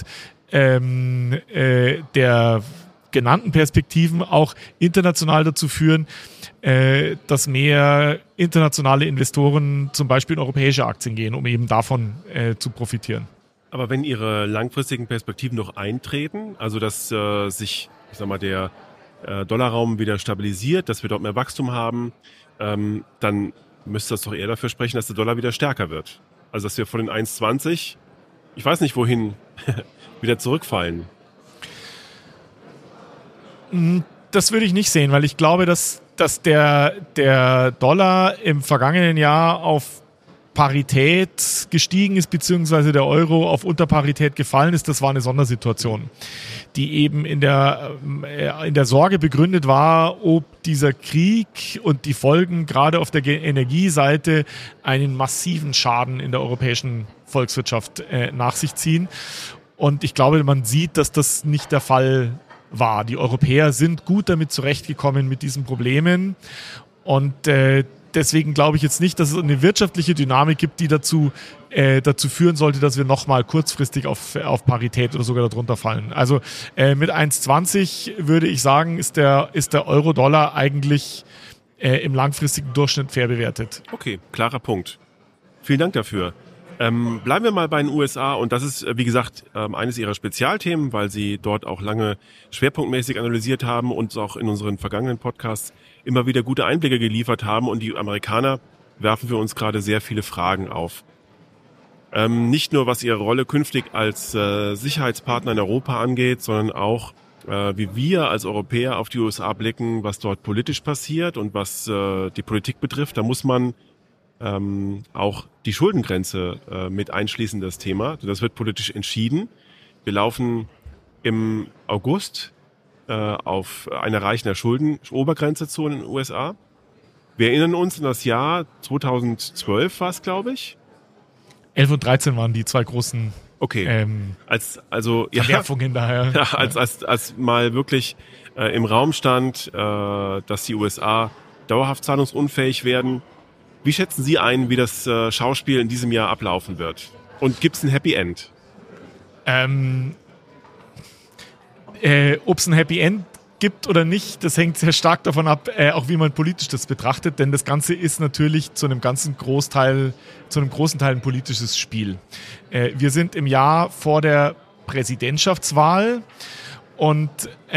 der genannten Perspektiven auch international dazu führen, dass mehr internationale Investoren zum Beispiel in europäische Aktien gehen, um eben davon zu profitieren. Aber wenn Ihre langfristigen Perspektiven noch eintreten, also dass sich, ich sag mal, der Dollarraum wieder stabilisiert, dass wir dort mehr Wachstum haben, dann müsste das doch eher dafür sprechen, dass der Dollar wieder stärker wird. Also dass wir von den 1,20, ich weiß nicht wohin, wieder zurückfallen. Das würde ich nicht sehen, weil ich glaube, dass der Dollar im vergangenen Jahr auf Parität gestiegen ist, beziehungsweise der Euro auf Unterparität gefallen ist. Das war eine Sondersituation, die eben in der Sorge begründet war, ob dieser Krieg und die Folgen gerade auf der Energieseite einen massiven Schaden in der europäischen Volkswirtschaft nach sich ziehen. Und ich glaube, man sieht, dass das nicht der Fall war. Die Europäer sind gut damit zurechtgekommen mit diesen Problemen und deswegen glaube ich jetzt nicht, dass es eine wirtschaftliche Dynamik gibt, die dazu führen sollte, dass wir nochmal kurzfristig auf Parität oder sogar darunter fallen. Also mit 1,20 würde ich sagen, ist der Euro-Dollar eigentlich im langfristigen Durchschnitt fair bewertet. Okay, klarer Punkt. Vielen Dank dafür. Bleiben wir mal bei den USA und das ist, wie gesagt, eines Ihrer Spezialthemen, weil Sie dort auch lange schwerpunktmäßig analysiert haben und auch in unseren vergangenen Podcasts immer wieder gute Einblicke geliefert haben und die Amerikaner werfen für uns gerade sehr viele Fragen auf. Nicht nur was ihre Rolle künftig als Sicherheitspartner in Europa angeht, sondern auch wie wir als Europäer auf die USA blicken, was dort politisch passiert und was die Politik betrifft. Da muss man auch die Schuldengrenze mit einschließen, das Thema. Das wird politisch entschieden. Wir laufen im August auf ein Erreichen der Schuldenobergrenze zu in den USA. Wir erinnern uns an das Jahr 2012 war es, glaube ich. 11 und 13 waren die zwei großen Verwerfungen daher. Ja, als mal wirklich im Raum stand, dass die USA dauerhaft zahlungsunfähig werden. Wie schätzen Sie ein, wie das Schauspiel in diesem Jahr ablaufen wird? Und gibt es ein Happy End? Ob es ein Happy End gibt oder nicht, das hängt sehr stark davon ab, auch wie man politisch das betrachtet, denn das Ganze ist natürlich zu einem großen Teil ein politisches Spiel. Wir sind im Jahr vor der Präsidentschaftswahl und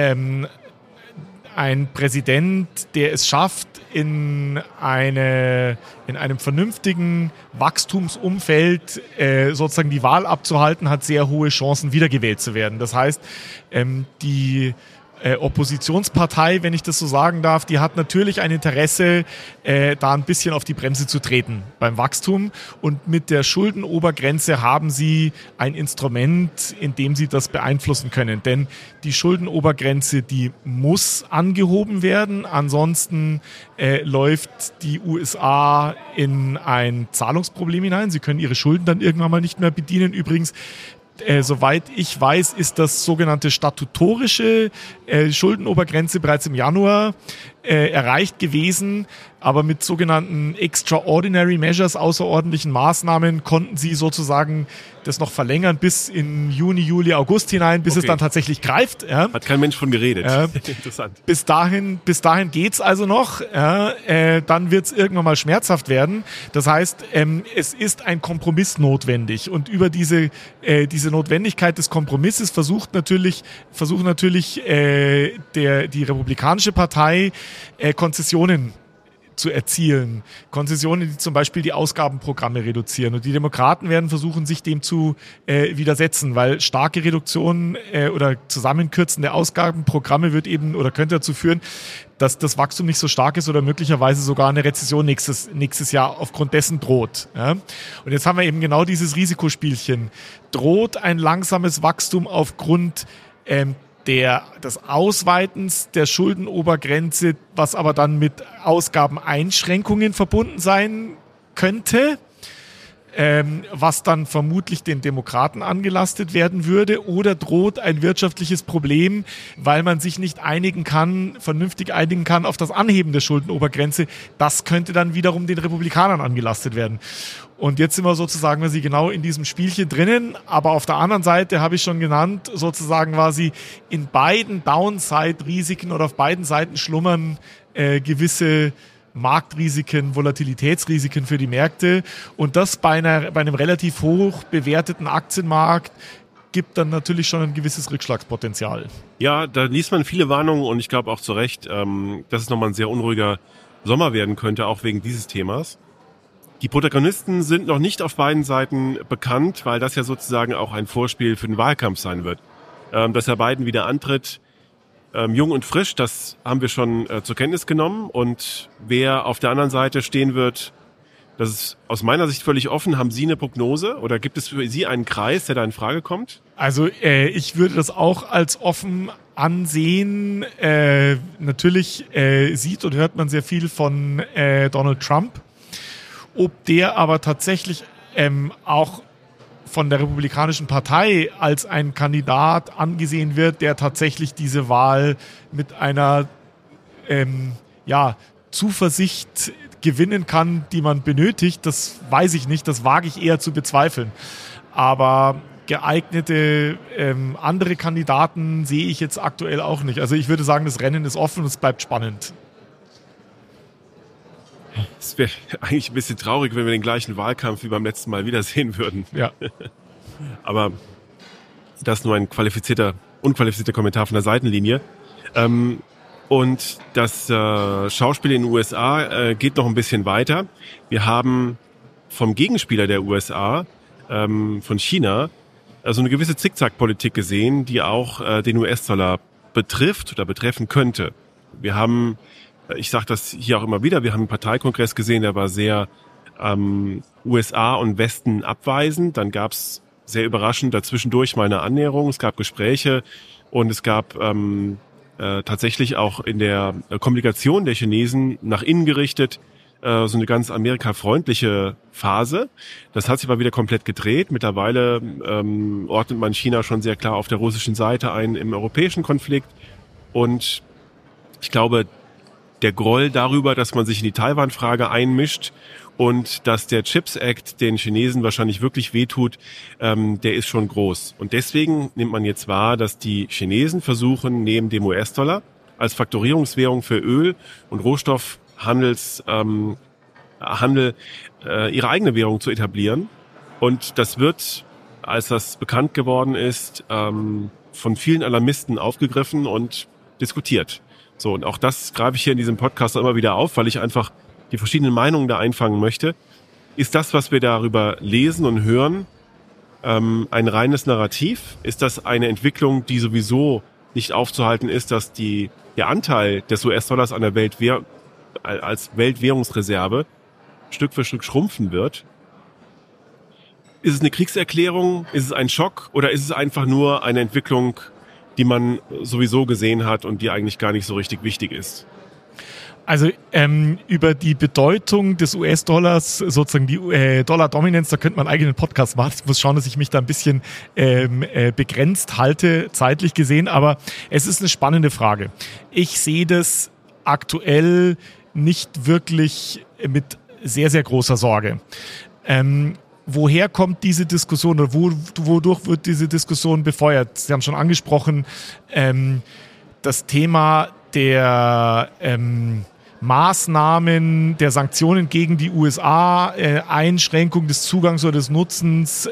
ein Präsident, der es schafft, in einem vernünftigen Wachstumsumfeld sozusagen die Wahl abzuhalten, hat sehr hohe Chancen, wiedergewählt zu werden. Das heißt, die Oppositionspartei, wenn ich das so sagen darf, die hat natürlich ein Interesse, da ein bisschen auf die Bremse zu treten beim Wachstum. Und mit der Schuldenobergrenze haben sie ein Instrument, in dem sie das beeinflussen können. Denn die Schuldenobergrenze, die muss angehoben werden. Ansonsten läuft die USA in ein Zahlungsproblem hinein. Sie können ihre Schulden dann irgendwann mal nicht mehr bedienen. Übrigens, soweit ich weiß, ist das sogenannte statutorische Schuldenobergrenze bereits im Januar erreicht gewesen, aber mit sogenannten Extraordinary Measures, außerordentlichen Maßnahmen, konnten sie sozusagen das noch verlängern bis in Juni, Juli, August hinein, bis es dann tatsächlich greift. Ja. Hat kein Mensch von geredet. Interessant. Bis dahin geht's also noch. Dann wird's irgendwann mal schmerzhaft werden. Das heißt, es ist ein Kompromiss notwendig. Und über diese Notwendigkeit des Kompromisses versucht natürlich die Republikanische Partei Konzessionen zu erzielen. Konzessionen, die zum Beispiel die Ausgabenprogramme reduzieren. Und die Demokraten werden versuchen, sich dem zu widersetzen, weil starke Reduktionen oder Zusammenkürzen der Ausgabenprogramme könnte dazu führen, dass das Wachstum nicht so stark ist oder möglicherweise sogar eine Rezession nächstes Jahr aufgrund dessen droht. Ja? Und jetzt haben wir eben genau dieses Risikospielchen. Droht ein langsames Wachstum aufgrund des Ausweitens der Schuldenobergrenze, was aber dann mit Ausgabeneinschränkungen verbunden sein könnte, was dann vermutlich den Demokraten angelastet werden würde, oder droht ein wirtschaftliches Problem, weil man sich nicht vernünftig einigen kann auf das Anheben der Schuldenobergrenze. Das könnte dann wiederum den Republikanern angelastet werden. Und jetzt sind wir sozusagen quasi genau in diesem Spielchen drinnen, aber auf der anderen Seite habe ich schon genannt, sozusagen quasi in beiden Downside-Risiken oder auf beiden Seiten schlummern gewisse Marktrisiken, Volatilitätsrisiken für die Märkte, und das bei einem relativ hoch bewerteten Aktienmarkt gibt dann natürlich schon ein gewisses Rückschlagspotenzial. Ja, da liest man viele Warnungen und ich glaube auch zu Recht, dass es nochmal ein sehr unruhiger Sommer werden könnte, auch wegen dieses Themas. Die Protagonisten sind noch nicht auf beiden Seiten bekannt, weil das ja sozusagen auch ein Vorspiel für den Wahlkampf sein wird. Dass Herr Biden wieder antritt, jung und frisch, das haben wir schon zur Kenntnis genommen. Und wer auf der anderen Seite stehen wird, das ist aus meiner Sicht völlig offen. Haben Sie eine Prognose oder gibt es für Sie einen Kreis, der da in Frage kommt? Also ich würde das auch als offen ansehen. Natürlich sieht und hört man sehr viel von Donald Trump. Ob der aber tatsächlich auch von der Republikanischen Partei als ein Kandidat angesehen wird, der tatsächlich diese Wahl mit einer Zuversicht gewinnen kann, die man benötigt, das weiß ich nicht, das wage ich eher zu bezweifeln. Aber geeignete andere Kandidaten sehe ich jetzt aktuell auch nicht. Also ich würde sagen, das Rennen ist offen und es bleibt spannend. Es wäre eigentlich ein bisschen traurig, wenn wir den gleichen Wahlkampf wie beim letzten Mal wiedersehen würden. Ja. Aber das ist nur ein unqualifizierter Kommentar von der Seitenlinie. Und das Schauspiel in den USA geht noch ein bisschen weiter. Wir haben vom Gegenspieler der USA, von China, also eine gewisse Zickzack-Politik gesehen, die auch den US-Dollar betrifft oder betreffen könnte. Wir haben, ich sage das hier auch immer wieder, wir haben einen Parteikongress gesehen, der war sehr USA und Westen abweisend. Dann gab es sehr überraschend dazwischendurch mal eine Annäherung. Es gab Gespräche und es gab tatsächlich auch in der Kommunikation der Chinesen nach innen gerichtet so eine ganz amerikafreundliche Phase. Das hat sich aber wieder komplett gedreht. Mittlerweile ordnet man China schon sehr klar auf der russischen Seite ein im europäischen Konflikt. Und ich glaube, der Groll darüber, dass man sich in die Taiwan-Frage einmischt und dass der Chips Act den Chinesen wahrscheinlich wirklich wehtut, der ist schon groß. Und deswegen nimmt man jetzt wahr, dass die Chinesen versuchen, neben dem US-Dollar als Faktorierungswährung für Öl- und Rohstoffhandel ihre eigene Währung zu etablieren. Und das wird, als das bekannt geworden ist, von vielen Alarmisten aufgegriffen und diskutiert. So, und auch das greife ich hier in diesem Podcast immer wieder auf, weil ich einfach die verschiedenen Meinungen da einfangen möchte. Ist das, was wir darüber lesen und hören, ein reines Narrativ? Ist das eine Entwicklung, die sowieso nicht aufzuhalten ist, dass der Anteil des US-Dollars an der als Weltwährungsreserve Stück für Stück schrumpfen wird? Ist es eine Kriegserklärung? Ist es ein Schock? Oder ist es einfach nur eine Entwicklung, die man sowieso gesehen hat und die eigentlich gar nicht so richtig wichtig ist? Also über die Bedeutung des US-Dollars, sozusagen die Dollar-Dominanz, da könnte man einen eigenen Podcast machen. Ich muss schauen, dass ich mich da ein bisschen begrenzt halte, zeitlich gesehen. Aber es ist eine spannende Frage. Ich sehe das aktuell nicht wirklich mit sehr, sehr großer Sorge. Woher kommt diese Diskussion oder wodurch wird diese Diskussion befeuert? Sie haben schon angesprochen, das Thema der Maßnahmen, der Sanktionen gegen die USA, Einschränkung des Zugangs oder des Nutzens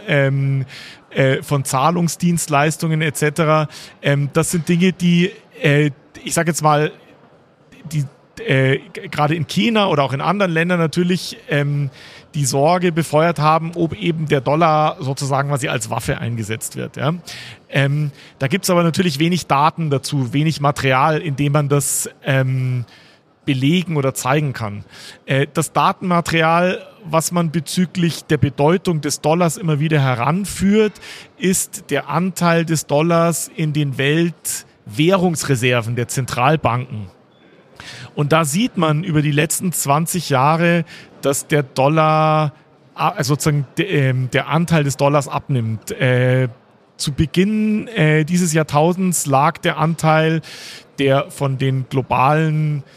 von Zahlungsdienstleistungen etc. Das sind Dinge, die, ich sage jetzt mal, die gerade in China oder auch in anderen Ländern natürlich die Sorge befeuert haben, ob eben der Dollar sozusagen quasi als Waffe eingesetzt wird. Ja. Da gibt's aber natürlich wenig Daten dazu, wenig Material, in dem man das belegen oder zeigen kann. Das Datenmaterial, was man bezüglich der Bedeutung des Dollars immer wieder heranführt, ist der Anteil des Dollars in den Weltwährungsreserven der Zentralbanken. Und da sieht man über die letzten 20 Jahre, dass der Dollar, also sozusagen der Anteil des Dollars abnimmt. Zu Beginn dieses Jahrtausends lag der Anteil der von den global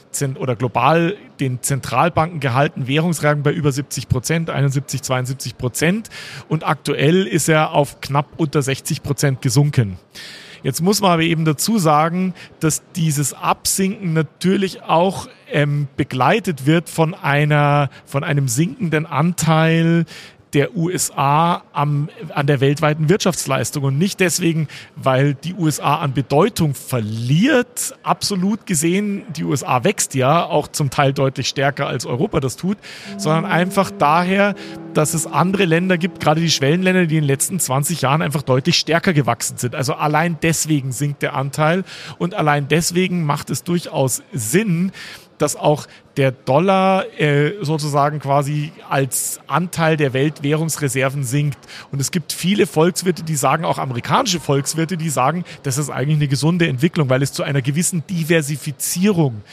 den Zentralbanken gehaltenen Währungsreserven bei über 70%, 71, 72%. Und aktuell ist er auf knapp unter 60% gesunken. Jetzt muss man aber eben dazu sagen, dass dieses Absinken natürlich auch begleitet wird von einem sinkenden Anteil der USA an der weltweiten Wirtschaftsleistung und nicht deswegen, weil die USA an Bedeutung verliert. Absolut gesehen, die USA wächst ja auch zum Teil deutlich stärker als Europa das tut, sondern einfach daher, dass es andere Länder gibt, gerade die Schwellenländer, die in den letzten 20 Jahren einfach deutlich stärker gewachsen sind. Also allein deswegen sinkt der Anteil und allein deswegen macht es durchaus Sinn, dass auch der Dollar sozusagen quasi als Anteil der Weltwährungsreserven sinkt. Und es gibt viele Volkswirte, die sagen, auch amerikanische Volkswirte, die sagen, das ist eigentlich eine gesunde Entwicklung, weil es zu einer gewissen Diversifizierung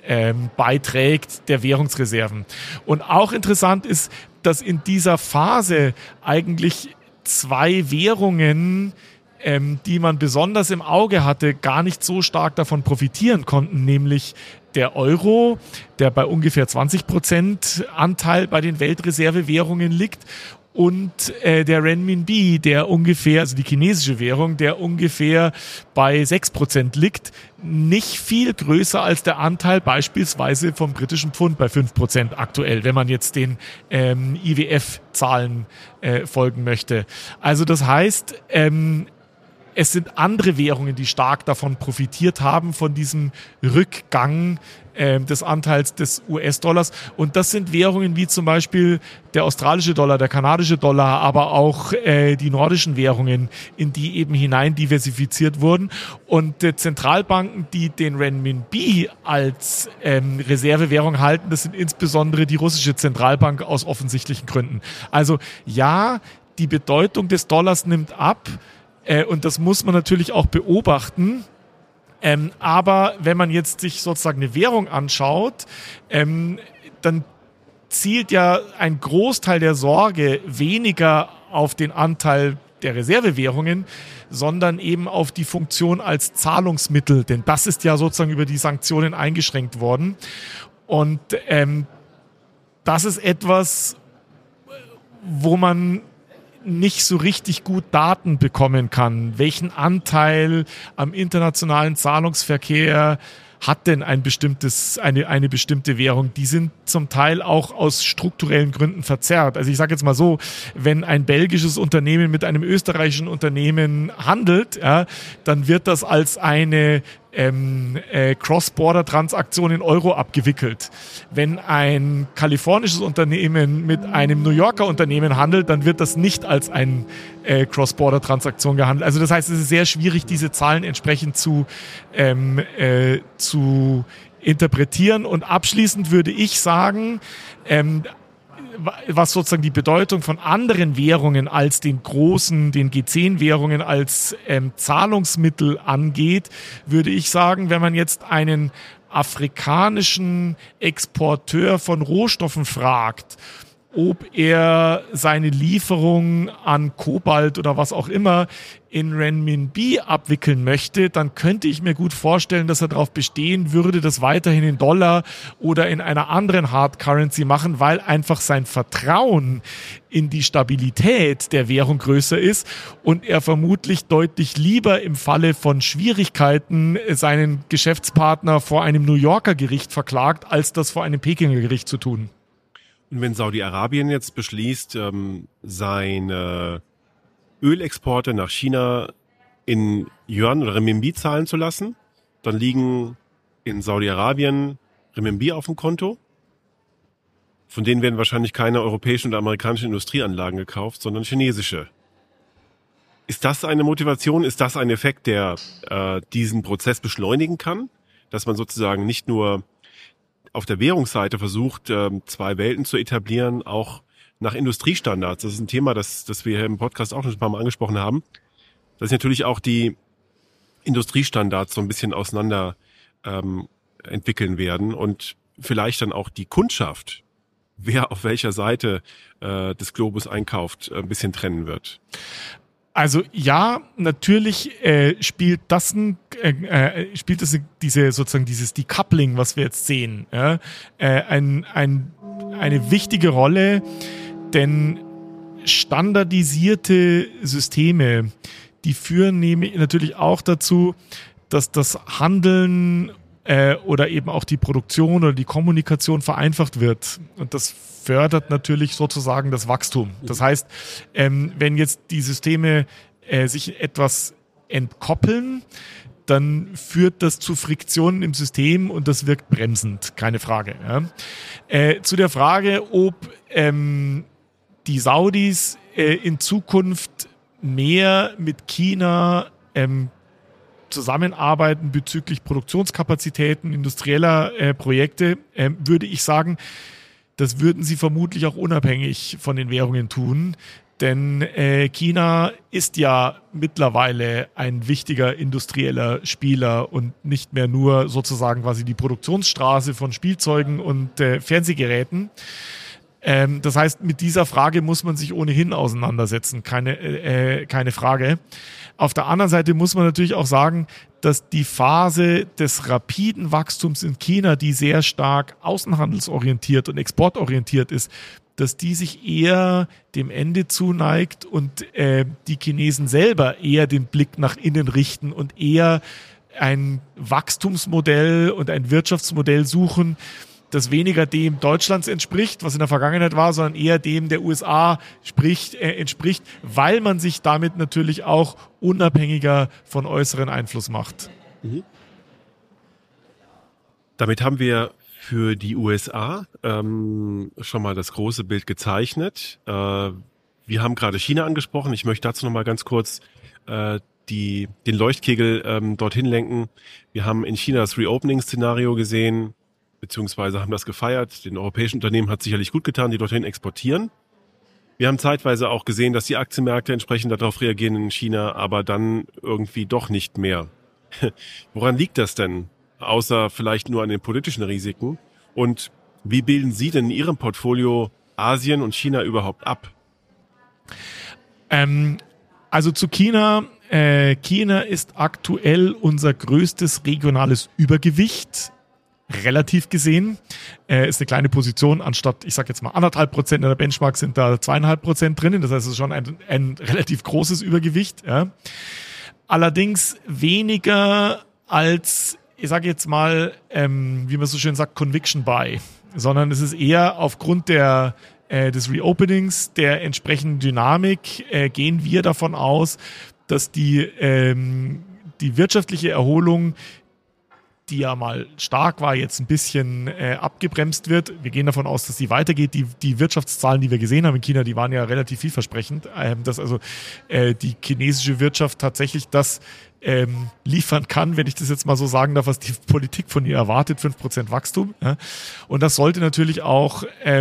beiträgt der Währungsreserven. Und auch interessant ist, dass in dieser Phase eigentlich zwei Währungen, die man besonders im Auge hatte, gar nicht so stark davon profitieren konnten, nämlich der Euro, der bei ungefähr 20% Anteil bei den Weltreservewährungen liegt, und der Renminbi, der ungefähr, also die chinesische Währung, der ungefähr bei 6% liegt, nicht viel größer als der Anteil beispielsweise vom britischen Pfund bei 5% aktuell, wenn man jetzt den IWF-Zahlen folgen möchte. Also das heißt, es sind andere Währungen, die stark davon profitiert haben, von diesem Rückgang des Anteils des US-Dollars. Und das sind Währungen wie zum Beispiel der australische Dollar, der kanadische Dollar, aber auch die nordischen Währungen, in die eben hinein diversifiziert wurden. Und Zentralbanken, die den Renminbi als Reservewährung halten, das sind insbesondere die russische Zentralbank aus offensichtlichen Gründen. Also ja, die Bedeutung des Dollars nimmt ab. Und das muss man natürlich auch beobachten. Aber wenn man jetzt sich sozusagen eine Währung anschaut, dann zielt ja ein Großteil der Sorge weniger auf den Anteil der Reservewährungen, sondern eben auf die Funktion als Zahlungsmittel. Denn das ist ja sozusagen über die Sanktionen eingeschränkt worden. Und das ist etwas, wo man nicht so richtig gut Daten bekommen kann. Welchen Anteil am internationalen Zahlungsverkehr hat denn eine bestimmte Währung? Die sind zum Teil auch aus strukturellen Gründen verzerrt. Also ich sage jetzt mal so, wenn ein belgisches Unternehmen mit einem österreichischen Unternehmen handelt, ja, dann wird das als eine Cross-Border-Transaktion in Euro abgewickelt. Wenn ein kalifornisches Unternehmen mit einem New Yorker Unternehmen handelt, dann wird das nicht als ein Cross-Border-Transaktion gehandelt. Also das heißt, es ist sehr schwierig, diese Zahlen entsprechend zu interpretieren. Und abschließend würde ich sagen, was sozusagen die Bedeutung von anderen Währungen als den G10-Währungen als Zahlungsmittel angeht, würde ich sagen, wenn man jetzt einen afrikanischen Exporteur von Rohstoffen fragt, ob er seine Lieferung an Kobalt oder was auch immer in Renminbi abwickeln möchte, dann könnte ich mir gut vorstellen, dass er darauf bestehen würde, das weiterhin in Dollar oder in einer anderen Hard Currency machen, weil einfach sein Vertrauen in die Stabilität der Währung größer ist und er vermutlich deutlich lieber im Falle von Schwierigkeiten seinen Geschäftspartner vor einem New Yorker Gericht verklagt, als das vor einem Pekinger Gericht zu tun. Und wenn Saudi-Arabien jetzt beschließt, seine Ölexporte nach China in Yuan oder Renminbi zahlen zu lassen, dann liegen in Saudi-Arabien Renminbi auf dem Konto. Von denen werden wahrscheinlich keine europäischen oder amerikanischen Industrieanlagen gekauft, sondern chinesische. Ist das eine Motivation? Ist das ein Effekt, der diesen Prozess beschleunigen kann? Dass man sozusagen nicht nur auf der Währungsseite versucht, zwei Welten zu etablieren, auch nach Industriestandards. Das ist ein Thema, das wir hier im Podcast auch schon ein paar Mal angesprochen haben. Dass natürlich auch die Industriestandards so ein bisschen auseinander entwickeln werden und vielleicht dann auch die Kundschaft, wer auf welcher Seite des Globus einkauft, ein bisschen trennen wird. Also ja, natürlich spielt dieses Decoupling, was wir jetzt sehen, ja, eine wichtige Rolle, denn standardisierte Systeme, die führen nämlich natürlich auch dazu, dass das Handeln oder eben auch die Produktion oder die Kommunikation vereinfacht wird. Und das fördert natürlich sozusagen das Wachstum. Das heißt, wenn jetzt die Systeme sich etwas entkoppeln, dann führt das zu Friktionen im System und das wirkt bremsend, keine Frage. Ja. Zu der Frage, ob die Saudis in Zukunft mehr mit China zusammenarbeiten bezüglich Produktionskapazitäten industrieller Projekte, würde ich sagen, das würden sie vermutlich auch unabhängig von den Währungen tun. Denn China ist ja mittlerweile ein wichtiger industrieller Spieler und nicht mehr nur sozusagen quasi die Produktionsstraße von Spielzeugen und Fernsehgeräten. Das heißt, mit dieser Frage muss man sich ohnehin auseinandersetzen, keine Frage. Auf der anderen Seite muss man natürlich auch sagen, dass die Phase des rapiden Wachstums in China, die sehr stark außenhandelsorientiert und exportorientiert ist, dass die sich eher dem Ende zuneigt und die Chinesen selber eher den Blick nach innen richten und eher ein Wachstumsmodell und ein Wirtschaftsmodell suchen, das weniger dem Deutschlands entspricht, was in der Vergangenheit war, sondern eher dem der USA entspricht, weil man sich damit natürlich auch unabhängiger von äußeren Einfluss macht. Mhm. Damit haben wir für die USA schon mal das große Bild gezeichnet. Wir haben gerade China angesprochen. Ich möchte dazu noch mal ganz kurz den Leuchtkegel dorthin lenken. Wir haben in China das Reopening-Szenario gesehen, beziehungsweise haben das gefeiert. Den europäischen Unternehmen hat sicherlich gut getan, die dorthin exportieren. Wir haben zeitweise auch gesehen, dass die Aktienmärkte entsprechend darauf reagieren in China, aber dann irgendwie doch nicht mehr. Woran liegt das denn? Außer vielleicht nur an den politischen Risiken. Und wie bilden Sie denn in Ihrem Portfolio Asien und China überhaupt ab? Also zu China. China ist aktuell unser größtes regionales Übergewicht, relativ gesehen. Ist eine kleine Position, anstatt, ich sage jetzt mal 1,5% in der Benchmark sind da 2,5% drinnen. Das heißt, es ist schon ein relativ großes Übergewicht. Ja. Allerdings weniger als, ich sage jetzt mal, wie man so schön sagt, Conviction Buy, sondern es ist eher aufgrund des Reopenings, der entsprechenden Dynamik, gehen wir davon aus, dass die wirtschaftliche Erholung, die ja mal stark war, jetzt ein bisschen abgebremst wird. Wir gehen davon aus, dass sie weitergeht. Die Wirtschaftszahlen, die wir gesehen haben in China, die waren ja relativ vielversprechend, dass also die chinesische Wirtschaft tatsächlich das liefern kann, wenn ich das jetzt mal so sagen darf, was die Politik von ihr erwartet, 5% Wachstum. Ja. Und das sollte natürlich auch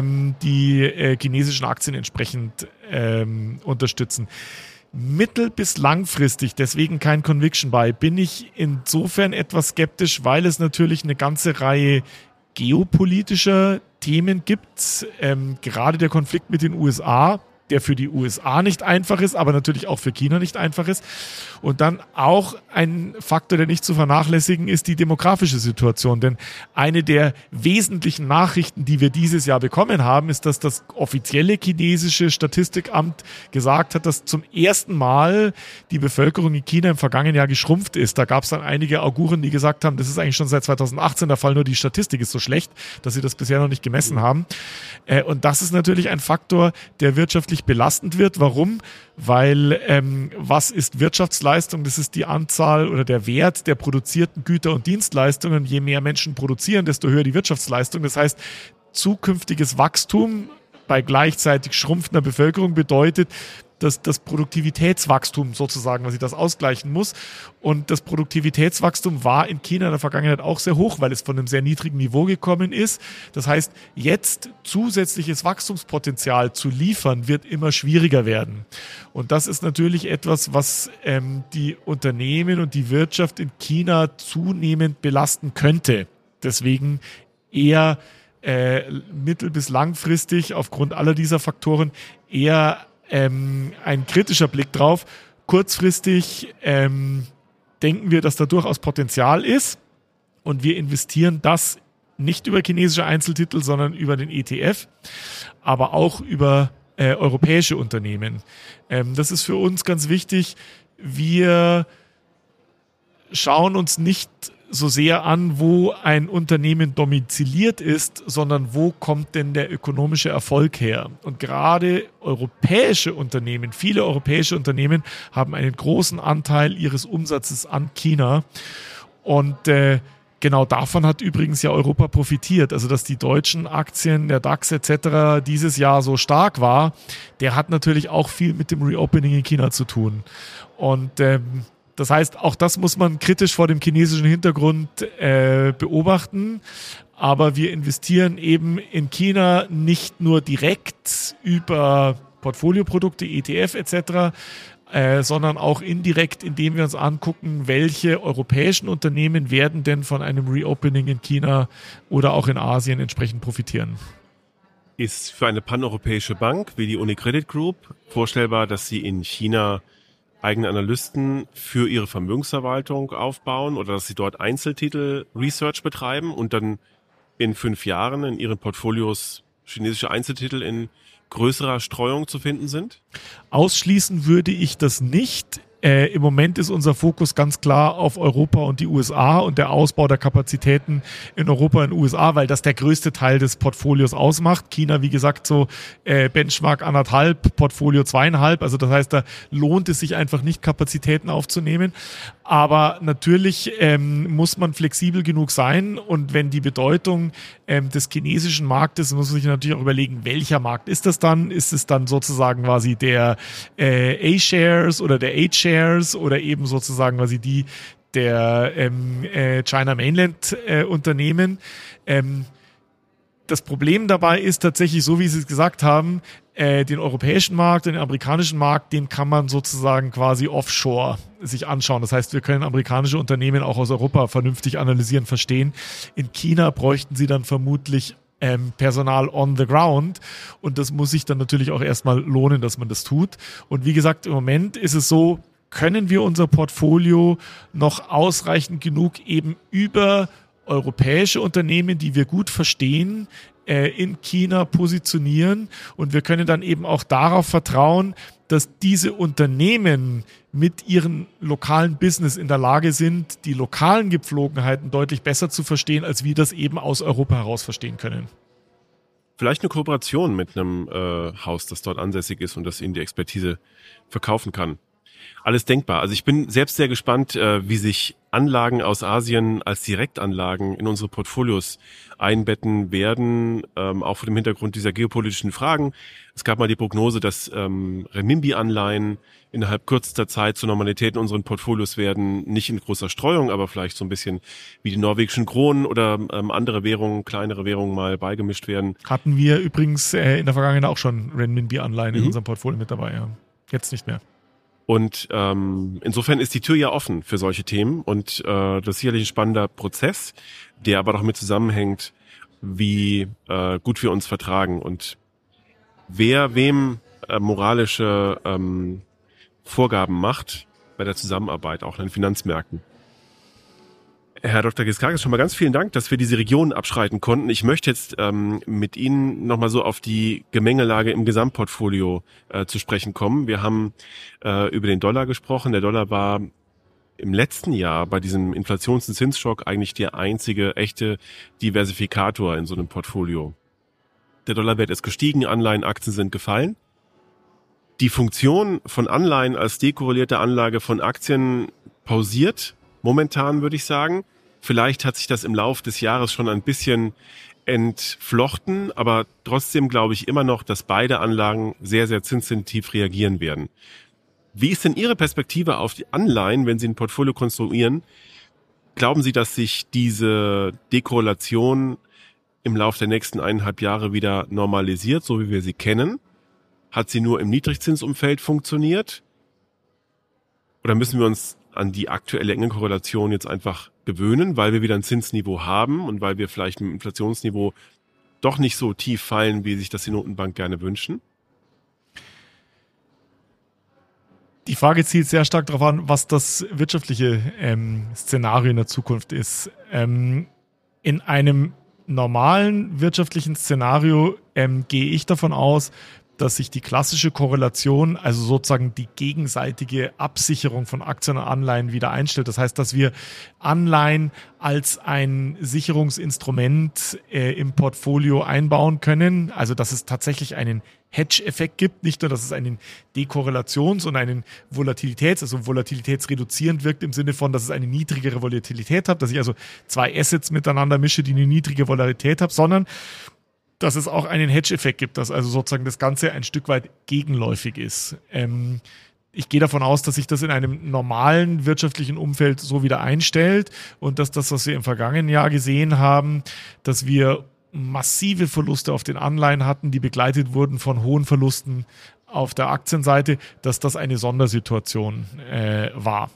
die chinesischen Aktien entsprechend unterstützen. Mittel- bis langfristig, deswegen kein Conviction Buy, bin ich insofern etwas skeptisch, weil es natürlich eine ganze Reihe geopolitischer Themen gibt. Gerade der Konflikt mit den USA, der für die USA nicht einfach ist, aber natürlich auch für China nicht einfach ist. Und dann auch ein Faktor, der nicht zu vernachlässigen ist, die demografische Situation. Denn eine der wesentlichen Nachrichten, die wir dieses Jahr bekommen haben, ist, dass das offizielle chinesische Statistikamt gesagt hat, dass zum ersten Mal die Bevölkerung in China im vergangenen Jahr geschrumpft ist. Da gab es dann einige Auguren, die gesagt haben, das ist eigentlich schon seit 2018 der Fall, nur die Statistik ist so schlecht, dass sie das bisher noch nicht gemessen haben. Und das ist natürlich ein Faktor, der wirtschaftlich belastend wird. Warum? Weil was ist Wirtschaftsleistung? Das ist die Anzahl oder der Wert der produzierten Güter und Dienstleistungen. Je mehr Menschen produzieren, desto höher die Wirtschaftsleistung. Das heißt, zukünftiges Wachstum bei gleichzeitig schrumpfender Bevölkerung bedeutet, dass das Produktivitätswachstum sozusagen, was ich das ausgleichen muss. Und das Produktivitätswachstum war in China in der Vergangenheit auch sehr hoch, weil es von einem sehr niedrigen Niveau gekommen ist. Das heißt, jetzt zusätzliches Wachstumspotenzial zu liefern, wird immer schwieriger werden. Und das ist natürlich etwas, was die Unternehmen und die Wirtschaft in China zunehmend belasten könnte. Deswegen eher mittel- bis langfristig aufgrund aller dieser Faktoren eher ein kritischer Blick drauf. Kurzfristig denken wir, dass da durchaus Potenzial ist und wir investieren das nicht über chinesische Einzeltitel, sondern über den ETF, aber auch über europäische Unternehmen. Das ist für uns ganz wichtig. Wir schauen uns nicht so sehr an, wo ein Unternehmen domiziliert ist, sondern wo kommt denn der ökonomische Erfolg her? Und gerade europäische Unternehmen, viele europäische Unternehmen haben einen großen Anteil ihres Umsatzes an China. Und genau davon hat übrigens ja Europa profitiert. Also dass die deutschen Aktien, der DAX etc. dieses Jahr so stark war, der hat natürlich auch viel mit dem Reopening in China zu tun. Und das heißt, auch das muss man kritisch vor dem chinesischen Hintergrund beobachten. Aber wir investieren eben in China nicht nur direkt über Portfolioprodukte, ETF etc., sondern auch indirekt, indem wir uns angucken, welche europäischen Unternehmen werden denn von einem Reopening in China oder auch in Asien entsprechend profitieren. Ist für eine paneuropäische Bank wie die UniCredit Group vorstellbar, dass sie in China eigene Analysten für ihre Vermögensverwaltung aufbauen oder dass sie dort Einzeltitel-Research betreiben und dann in 5 Jahren in ihren Portfolios chinesische Einzeltitel in größerer Streuung zu finden sind? Ausschließen würde ich das nicht. Im Moment ist unser Fokus ganz klar auf Europa und die USA und der Ausbau der Kapazitäten in Europa und den USA, weil das der größte Teil des Portfolios ausmacht. China, wie gesagt, so Benchmark 1,5, Portfolio 2,5. Also das heißt, da lohnt es sich einfach nicht, Kapazitäten aufzunehmen. Aber natürlich muss man flexibel genug sein und wenn die Bedeutung des chinesischen Marktes, muss man sich natürlich auch überlegen, welcher Markt ist das dann? Ist es dann sozusagen quasi der A-Shares oder der H-Shares oder eben sozusagen quasi die der China Mainland Unternehmen? Das Problem dabei ist tatsächlich, so wie Sie es gesagt haben, den europäischen Markt, den amerikanischen Markt, den kann man sozusagen quasi offshore sich anschauen. Das heißt, wir können amerikanische Unternehmen auch aus Europa vernünftig analysieren, verstehen. In China bräuchten sie dann vermutlich Personal on the ground und das muss sich dann natürlich auch erstmal lohnen, dass man das tut. Und wie gesagt, im Moment ist es so, können wir unser Portfolio noch ausreichend genug eben über europäische Unternehmen, die wir gut verstehen, in China positionieren und wir können dann eben auch darauf vertrauen, dass diese Unternehmen mit ihrem lokalen Business in der Lage sind, die lokalen Gepflogenheiten deutlich besser zu verstehen, als wir das eben aus Europa heraus verstehen können. Vielleicht eine Kooperation mit einem Haus, das dort ansässig ist und das Ihnen die Expertise verkaufen kann. Alles denkbar. Also ich bin selbst sehr gespannt, wie sich Anlagen aus Asien als Direktanlagen in unsere Portfolios einbetten werden, auch vor dem Hintergrund dieser geopolitischen Fragen. Es gab mal die Prognose, dass Renminbi-Anleihen innerhalb kürzester Zeit zur Normalität in unseren Portfolios werden, nicht in großer Streuung, aber vielleicht so ein bisschen wie die norwegischen Kronen oder andere Währungen, kleinere Währungen mal beigemischt werden. Hatten wir übrigens in der Vergangenheit auch schon Renminbi-Anleihen in unserem Portfolio mit dabei, ja. Jetzt nicht mehr. Und insofern ist die Tür ja offen für solche Themen und das ist sicherlich ein spannender Prozess, der aber doch mit zusammenhängt, wie gut wir uns vertragen und wer wem moralische Vorgaben macht bei der Zusammenarbeit, auch in den Finanzmärkten. Herr Dr. Giscakis, schon mal ganz vielen Dank, dass wir diese Region abschreiten konnten. Ich möchte jetzt mit Ihnen nochmal so auf die Gemengelage im Gesamtportfolio zu sprechen kommen. Wir haben über den Dollar gesprochen. Der Dollar war im letzten Jahr bei diesem Inflations- und Zinsschock eigentlich der einzige echte Diversifikator in so einem Portfolio. Der Dollarwert ist gestiegen, Anleihen, Aktien sind gefallen. Die Funktion von Anleihen als dekorrelierte Anlage von Aktien pausiert momentan, würde ich sagen. Vielleicht hat sich das im Laufe des Jahres schon ein bisschen entflochten, aber trotzdem glaube ich immer noch, dass beide Anlagen sehr, sehr zinssensitiv reagieren werden. Wie ist denn Ihre Perspektive auf die Anleihen, wenn Sie ein Portfolio konstruieren? Glauben Sie, dass sich diese Dekorrelation im Laufe der nächsten 1,5 Jahre wieder normalisiert, so wie wir sie kennen? Hat sie nur im Niedrigzinsumfeld funktioniert? Oder müssen wir uns an die aktuelle enge Korrelation jetzt einfach gewöhnen, weil wir wieder ein Zinsniveau haben und weil wir vielleicht mit dem Inflationsniveau doch nicht so tief fallen, wie sich das die Notenbank gerne wünschen? Die Frage zielt sehr stark darauf an, was das wirtschaftliche Szenario in der Zukunft ist. In einem normalen wirtschaftlichen Szenario gehe ich davon aus, dass sich die klassische Korrelation, also sozusagen die gegenseitige Absicherung von Aktien und Anleihen wieder einstellt. Das heißt, dass wir Anleihen als ein Sicherungsinstrument im Portfolio einbauen können. Also dass es tatsächlich einen Hedge-Effekt gibt, nicht nur, dass es einen Dekorrelations- und einen also volatilitätsreduzierend wirkt im Sinne von, dass es eine niedrigere Volatilität hat, dass ich also zwei Assets miteinander mische, die eine niedrige Volatilität haben, sondern dass es auch einen Hedge-Effekt gibt, dass also sozusagen das Ganze ein Stück weit gegenläufig ist. Ich gehe davon aus, dass sich das in einem normalen wirtschaftlichen Umfeld so wieder einstellt und dass das, was wir im vergangenen Jahr gesehen haben, dass wir massive Verluste auf den Anleihen hatten, die begleitet wurden von hohen Verlusten auf der Aktienseite, dass das eine Sondersituation war.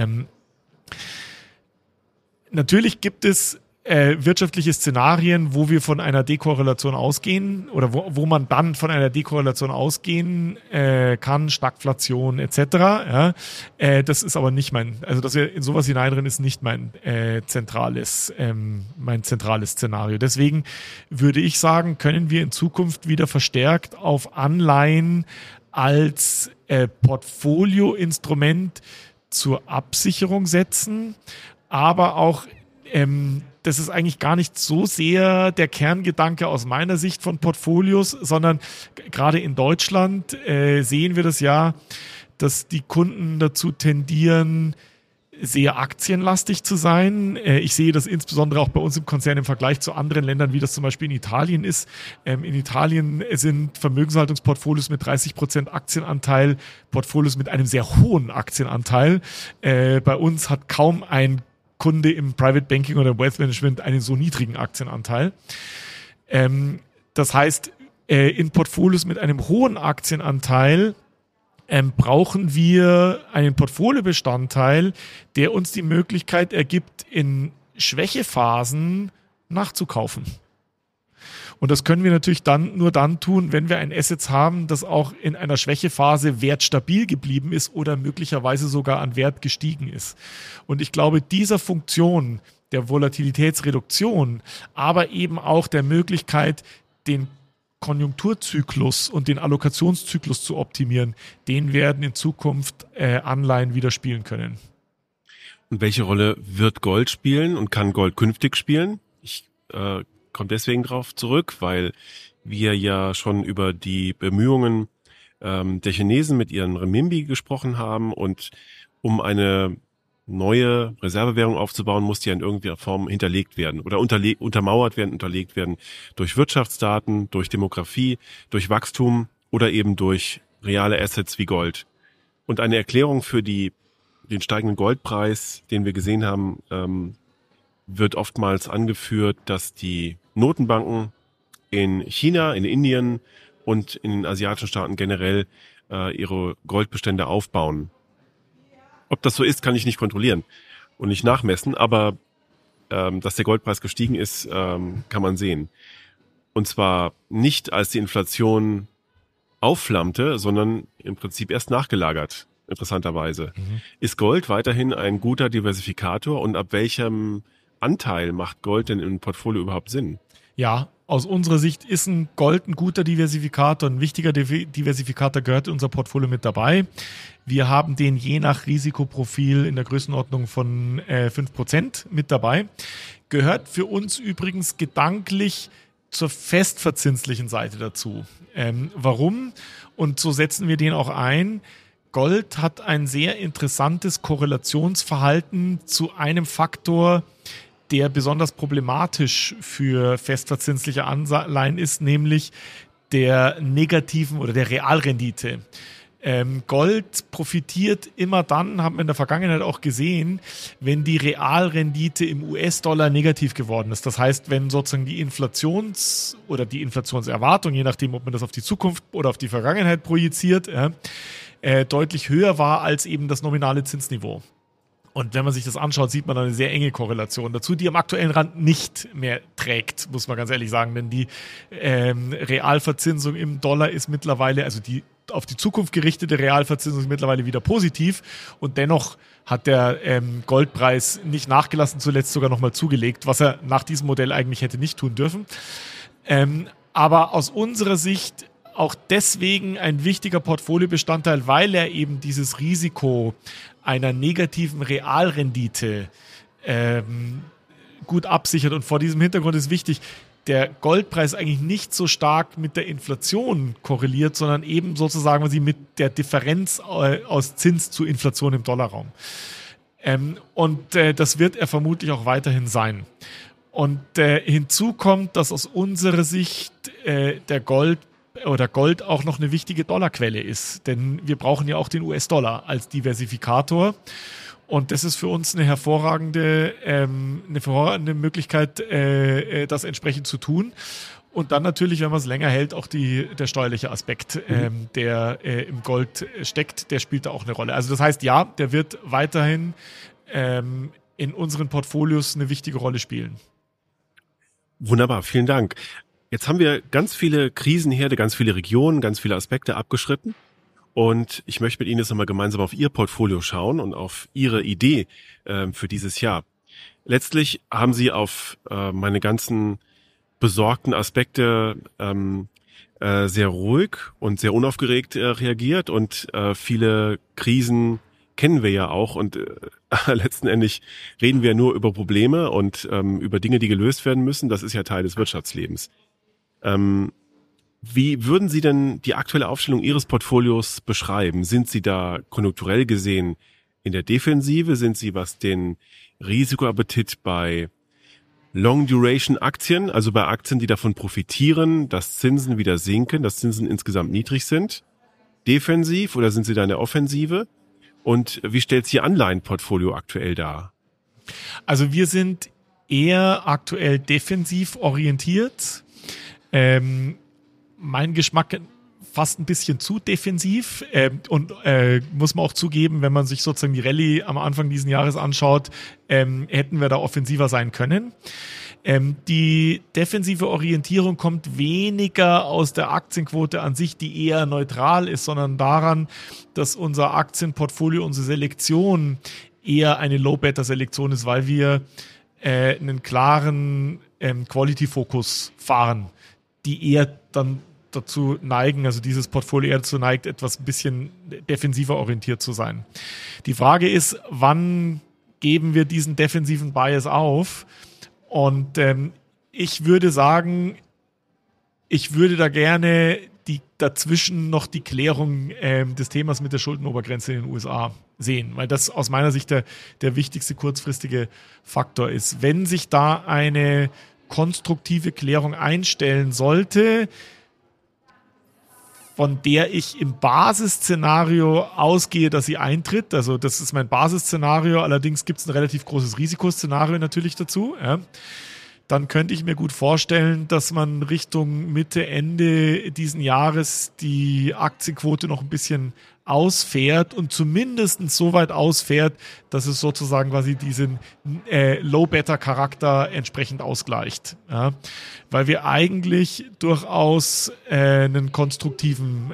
Natürlich gibt es wirtschaftliche Szenarien, wo wir von einer Dekorrelation ausgehen oder wo man dann von einer Dekorrelation ausgehen kann, Stagflation etc. Ja, das ist aber nicht also dass wir in sowas hineinrennen, ist nicht mein zentrales Szenario. Deswegen würde ich sagen, können wir in Zukunft wieder verstärkt auf Anleihen als Portfolioinstrument zur Absicherung setzen, aber auch das ist eigentlich gar nicht so sehr der Kerngedanke aus meiner Sicht von Portfolios, sondern gerade in Deutschland sehen wir das ja, dass die Kunden dazu tendieren, sehr aktienlastig zu sein. Ich sehe das insbesondere auch bei uns im Konzern im Vergleich zu anderen Ländern, wie das zum Beispiel in Italien ist. In Italien sind Vermögenshaltungsportfolios mit 30% Aktienanteil, Portfolios mit einem sehr hohen Aktienanteil. Bei uns hat kaum ein Kunde im Private Banking oder Wealth Management einen so niedrigen Aktienanteil. Das heißt, in Portfolios mit einem hohen Aktienanteil brauchen wir einen Portfoliobestandteil, der uns die Möglichkeit ergibt, in Schwächephasen nachzukaufen. Und das können wir natürlich nur dann tun, wenn wir ein Asset haben, das auch in einer Schwächephase wertstabil geblieben ist oder möglicherweise sogar an Wert gestiegen ist. Und ich glaube, dieser Funktion der Volatilitätsreduktion, aber eben auch der Möglichkeit, den Konjunkturzyklus und den Allokationszyklus zu optimieren, den werden in Zukunft Anleihen wieder spielen können. Und welche Rolle wird Gold spielen und kann Gold künftig spielen? Ich komme deswegen drauf zurück, weil wir ja schon über die Bemühungen der Chinesen mit ihren Renminbi gesprochen haben, und um eine neue Reservewährung aufzubauen, muss die in irgendeiner Form hinterlegt werden oder untermauert werden, unterlegt werden durch Wirtschaftsdaten, durch Demografie, durch Wachstum oder eben durch reale Assets wie Gold. Und eine Erklärung für den steigenden Goldpreis, den wir gesehen haben, wird oftmals angeführt, dass die Notenbanken in China, in Indien und in den asiatischen Staaten generell ihre Goldbestände aufbauen. Ob das so ist, kann ich nicht kontrollieren und nicht nachmessen, aber dass der Goldpreis gestiegen ist, kann man sehen. Und zwar nicht, als die Inflation aufflammte, sondern im Prinzip erst nachgelagert, interessanterweise. Ist Gold weiterhin ein guter Diversifikator, und ab welchem Anteil macht Gold denn im Portfolio überhaupt Sinn? Ja, aus unserer Sicht ist ein Gold ein guter Diversifikator, ein wichtiger Diversifikator gehört in unser Portfolio mit dabei. Wir haben den je nach Risikoprofil in der Größenordnung von 5% mit dabei. Gehört für uns übrigens gedanklich zur festverzinslichen Seite dazu. Warum? Und so setzen wir den auch ein. Gold hat ein sehr interessantes Korrelationsverhalten zu einem Faktor, der besonders problematisch für festverzinsliche Anleihen ist, nämlich der negativen oder der Realrendite. Gold profitiert immer dann, haben wir in der Vergangenheit auch gesehen, wenn die Realrendite im US-Dollar negativ geworden ist. Das heißt, wenn sozusagen die Inflationserwartung, je nachdem, ob man das auf die Zukunft oder auf die Vergangenheit projiziert, deutlich höher war als eben das nominale Zinsniveau. Und wenn man sich das anschaut, sieht man eine sehr enge Korrelation dazu, die am aktuellen Rand nicht mehr trägt, muss man ganz ehrlich sagen. Denn die Realverzinsung im Dollar ist mittlerweile, also die auf die Zukunft gerichtete Realverzinsung ist mittlerweile wieder positiv. Und dennoch hat der Goldpreis nicht nachgelassen, zuletzt sogar nochmal zugelegt, was er nach diesem Modell eigentlich hätte nicht tun dürfen. Aber aus unserer Sicht auch deswegen ein wichtiger Portfoliobestandteil, weil er eben dieses Risiko einer negativen Realrendite gut absichert. Und vor diesem Hintergrund ist wichtig, der Goldpreis eigentlich nicht so stark mit der Inflation korreliert, sondern eben sozusagen mit der Differenz aus Zins zu Inflation im Dollarraum. Und das wird er vermutlich auch weiterhin sein. Und hinzu kommt, dass aus unserer Sicht der Gold auch noch eine wichtige Dollarquelle ist. Denn wir brauchen ja auch den US-Dollar als Diversifikator. Und das ist für uns eine hervorragende Möglichkeit, das entsprechend zu tun. Und dann natürlich, wenn man es länger hält, auch der steuerliche Aspekt, der im Gold steckt, der spielt da auch eine Rolle. Also das heißt, ja, der wird weiterhin in unseren Portfolios eine wichtige Rolle spielen. Wunderbar, vielen Dank. Jetzt haben wir ganz viele Krisenherde, ganz viele Regionen, ganz viele Aspekte abgeschritten. Und ich möchte mit Ihnen jetzt nochmal gemeinsam auf Ihr Portfolio schauen und auf Ihre Idee für dieses Jahr. Letztlich haben Sie auf meine ganzen besorgten Aspekte sehr ruhig und sehr unaufgeregt reagiert. Und viele Krisen kennen wir ja auch. Und letzten Endes reden wir nur über Probleme und über Dinge, die gelöst werden müssen. Das ist ja Teil des Wirtschaftslebens. Wie würden Sie denn die aktuelle Aufstellung Ihres Portfolios beschreiben? Sind Sie da konjunkturell gesehen in der Defensive? Sind Sie, was den Risikoappetit bei Long-Duration-Aktien, also bei Aktien, die davon profitieren, dass Zinsen wieder sinken, dass Zinsen insgesamt niedrig sind, defensiv, oder sind Sie da in der Offensive? Und wie stellt sich Ihr Anleihenportfolio aktuell dar? Also wir sind eher aktuell defensiv orientiert. mein Geschmack fast ein bisschen zu defensiv und muss man auch zugeben, wenn man sich sozusagen die Rallye am Anfang dieses Jahres anschaut, hätten wir da offensiver sein können. Die defensive Orientierung kommt weniger aus der Aktienquote an sich, die eher neutral ist, sondern daran, dass unser Aktienportfolio, unsere Selektion eher eine Low-Beta-Selektion ist, weil wir einen klaren Quality-Fokus fahren, die eher dann dazu neigen, also dieses Portfolio eher dazu neigt, etwas ein bisschen defensiver orientiert zu sein. Die Frage ist, wann geben wir diesen defensiven Bias auf? Und ich würde sagen, ich würde da gerne dazwischen noch die Klärung des Themas mit der Schuldenobergrenze in den USA sehen, weil das aus meiner Sicht der wichtigste kurzfristige Faktor ist. Wenn sich da eine konstruktive Klärung einstellen sollte, von der ich im Basisszenario ausgehe, dass sie eintritt. Also das ist mein Basisszenario, allerdings gibt es ein relativ großes Risikoszenario natürlich dazu. Ja. Dann könnte ich mir gut vorstellen, dass man Richtung Mitte, Ende diesen Jahres die Aktienquote noch ein bisschen ausfährt und zumindest so weit ausfährt, dass es sozusagen quasi diesen Low-Beta-Charakter entsprechend ausgleicht. Ja. Weil wir eigentlich durchaus einen konstruktiven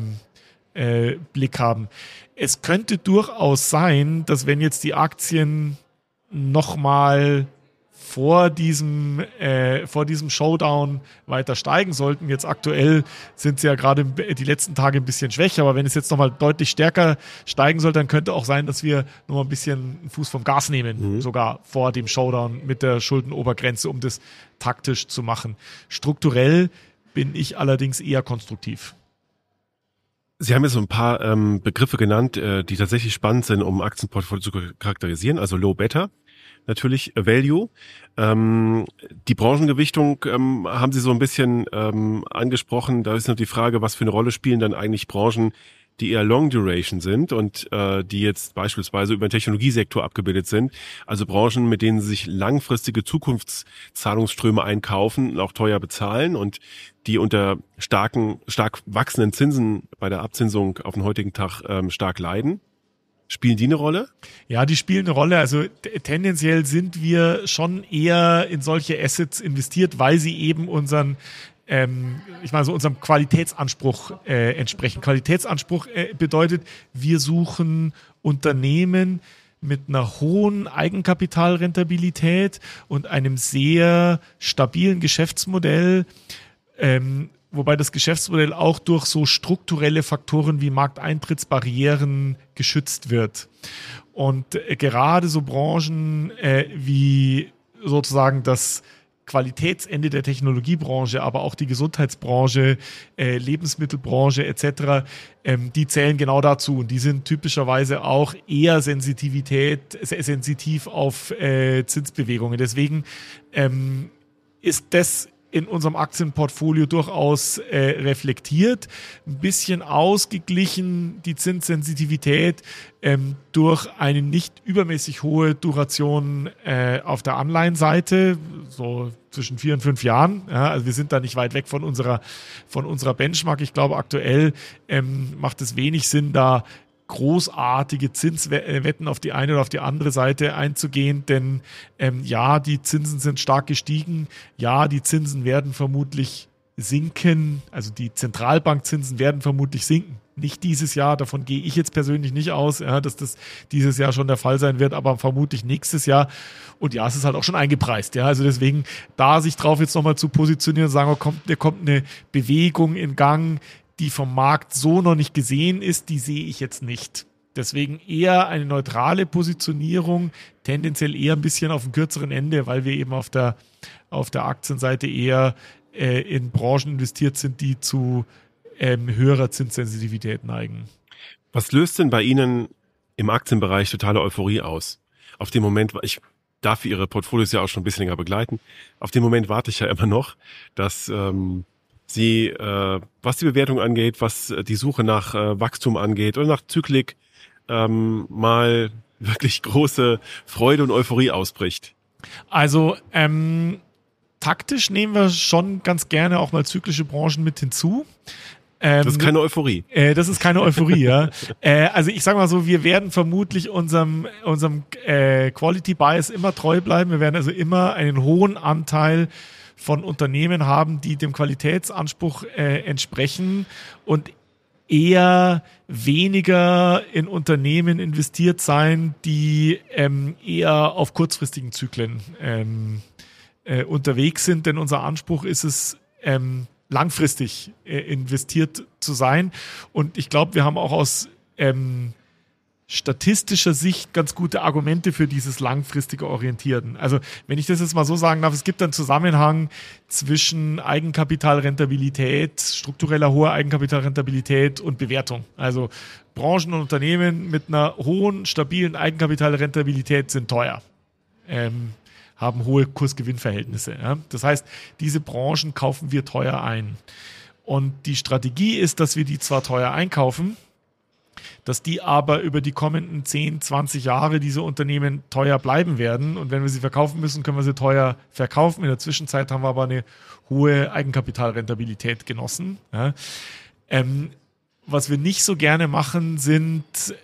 Blick haben. Es könnte durchaus sein, dass wenn jetzt die Aktien nochmal vor diesem Showdown weiter steigen sollten. Jetzt aktuell sind sie ja gerade die letzten Tage ein bisschen schwächer, aber wenn es jetzt nochmal deutlich stärker steigen soll, dann könnte auch sein, dass wir nochmal ein bisschen einen Fuß vom Gas nehmen, sogar vor dem Showdown mit der Schuldenobergrenze, um das taktisch zu machen. Strukturell bin ich allerdings eher konstruktiv. Sie haben jetzt so ein paar Begriffe genannt, die tatsächlich spannend sind, um Aktienportfolio zu charakterisieren, also Low Beta. Natürlich Value. Die Branchengewichtung haben Sie so ein bisschen angesprochen. Da ist noch die Frage, was für eine Rolle spielen dann eigentlich Branchen, die eher Long Duration sind und die jetzt beispielsweise über den Technologiesektor abgebildet sind. Also Branchen, mit denen Sie sich langfristige Zukunftszahlungsströme einkaufen und auch teuer bezahlen und die unter stark wachsenden Zinsen bei der Abzinsung auf den heutigen Tag stark leiden. Spielen die eine Rolle? Ja, die spielen eine Rolle. Also tendenziell sind wir schon eher in solche Assets investiert, weil sie eben unserem Qualitätsanspruch entsprechen. Qualitätsanspruch bedeutet, wir suchen Unternehmen mit einer hohen Eigenkapitalrentabilität und einem sehr stabilen Geschäftsmodell, wobei das Geschäftsmodell auch durch so strukturelle Faktoren wie Markteintrittsbarrieren geschützt wird. Und gerade so Branchen wie sozusagen das Qualitätsende der Technologiebranche, aber auch die Gesundheitsbranche, Lebensmittelbranche etc., die zählen genau dazu. Und die sind typischerweise auch eher sensitiv auf Zinsbewegungen. Deswegen ist das in unserem Aktienportfolio durchaus reflektiert, ein bisschen ausgeglichen die Zinssensitivität durch eine nicht übermäßig hohe Duration auf der Anleihenseite, so zwischen 4 und 5 Jahren. Ja, also wir sind da nicht weit weg von unserer Benchmark. Ich glaube, aktuell macht es wenig Sinn, da großartige Zinswetten auf die eine oder auf die andere Seite einzugehen, denn ja, die Zinsen sind stark gestiegen, ja, die Zinsen werden vermutlich sinken, also die Zentralbankzinsen werden vermutlich sinken. Nicht dieses Jahr, davon gehe ich jetzt persönlich nicht aus, ja, dass das dieses Jahr schon der Fall sein wird, aber vermutlich nächstes Jahr. Und ja, es ist halt auch schon eingepreist. Ja, also deswegen, da sich drauf jetzt nochmal zu positionieren und sagen, da kommt eine Bewegung in Gang, die vom Markt so noch nicht gesehen ist, die sehe ich jetzt nicht. Deswegen eher eine neutrale Positionierung, tendenziell eher ein bisschen auf dem kürzeren Ende, weil wir eben auf der Aktienseite eher in Branchen investiert sind, die zu höherer Zinssensitivität neigen. Was löst denn bei Ihnen im Aktienbereich totale Euphorie aus? Auf den Moment, ich darf Ihre Portfolios ja auch schon ein bisschen länger begleiten, auf den Moment warte ich ja immer noch, dass Sie, was die Bewertung angeht, was die Suche nach Wachstum angeht oder nach Zyklik, mal wirklich große Freude und Euphorie ausbricht. Also taktisch nehmen wir schon ganz gerne auch mal zyklische Branchen mit hinzu. Das ist keine Euphorie. Das ist keine Euphorie, ja. Also ich sage mal so, wir werden vermutlich unserem Quality Bias immer treu bleiben. Wir werden also immer einen hohen Anteil von Unternehmen haben, die dem Qualitätsanspruch entsprechen und eher weniger in Unternehmen investiert sein, die eher auf kurzfristigen Zyklen unterwegs sind. Denn unser Anspruch ist es, langfristig investiert zu sein. Und ich glaube, wir haben auch aus statistischer Sicht ganz gute Argumente für dieses langfristige Orientieren. Also wenn ich das jetzt mal so sagen darf, es gibt einen Zusammenhang zwischen Eigenkapitalrentabilität, struktureller hoher Eigenkapitalrentabilität und Bewertung. Also Branchen und Unternehmen mit einer hohen, stabilen Eigenkapitalrentabilität sind teuer. Haben hohe Kursgewinnverhältnisse. Ja? Das heißt, diese Branchen kaufen wir teuer ein. Und die Strategie ist, dass wir die zwar teuer einkaufen, dass die aber über die kommenden 10, 20 Jahre diese Unternehmen teuer bleiben werden. Und wenn wir sie verkaufen müssen, können wir sie teuer verkaufen. In der Zwischenzeit haben wir aber eine hohe Eigenkapitalrentabilität genossen. Ja? Was wir nicht so gerne machen, sind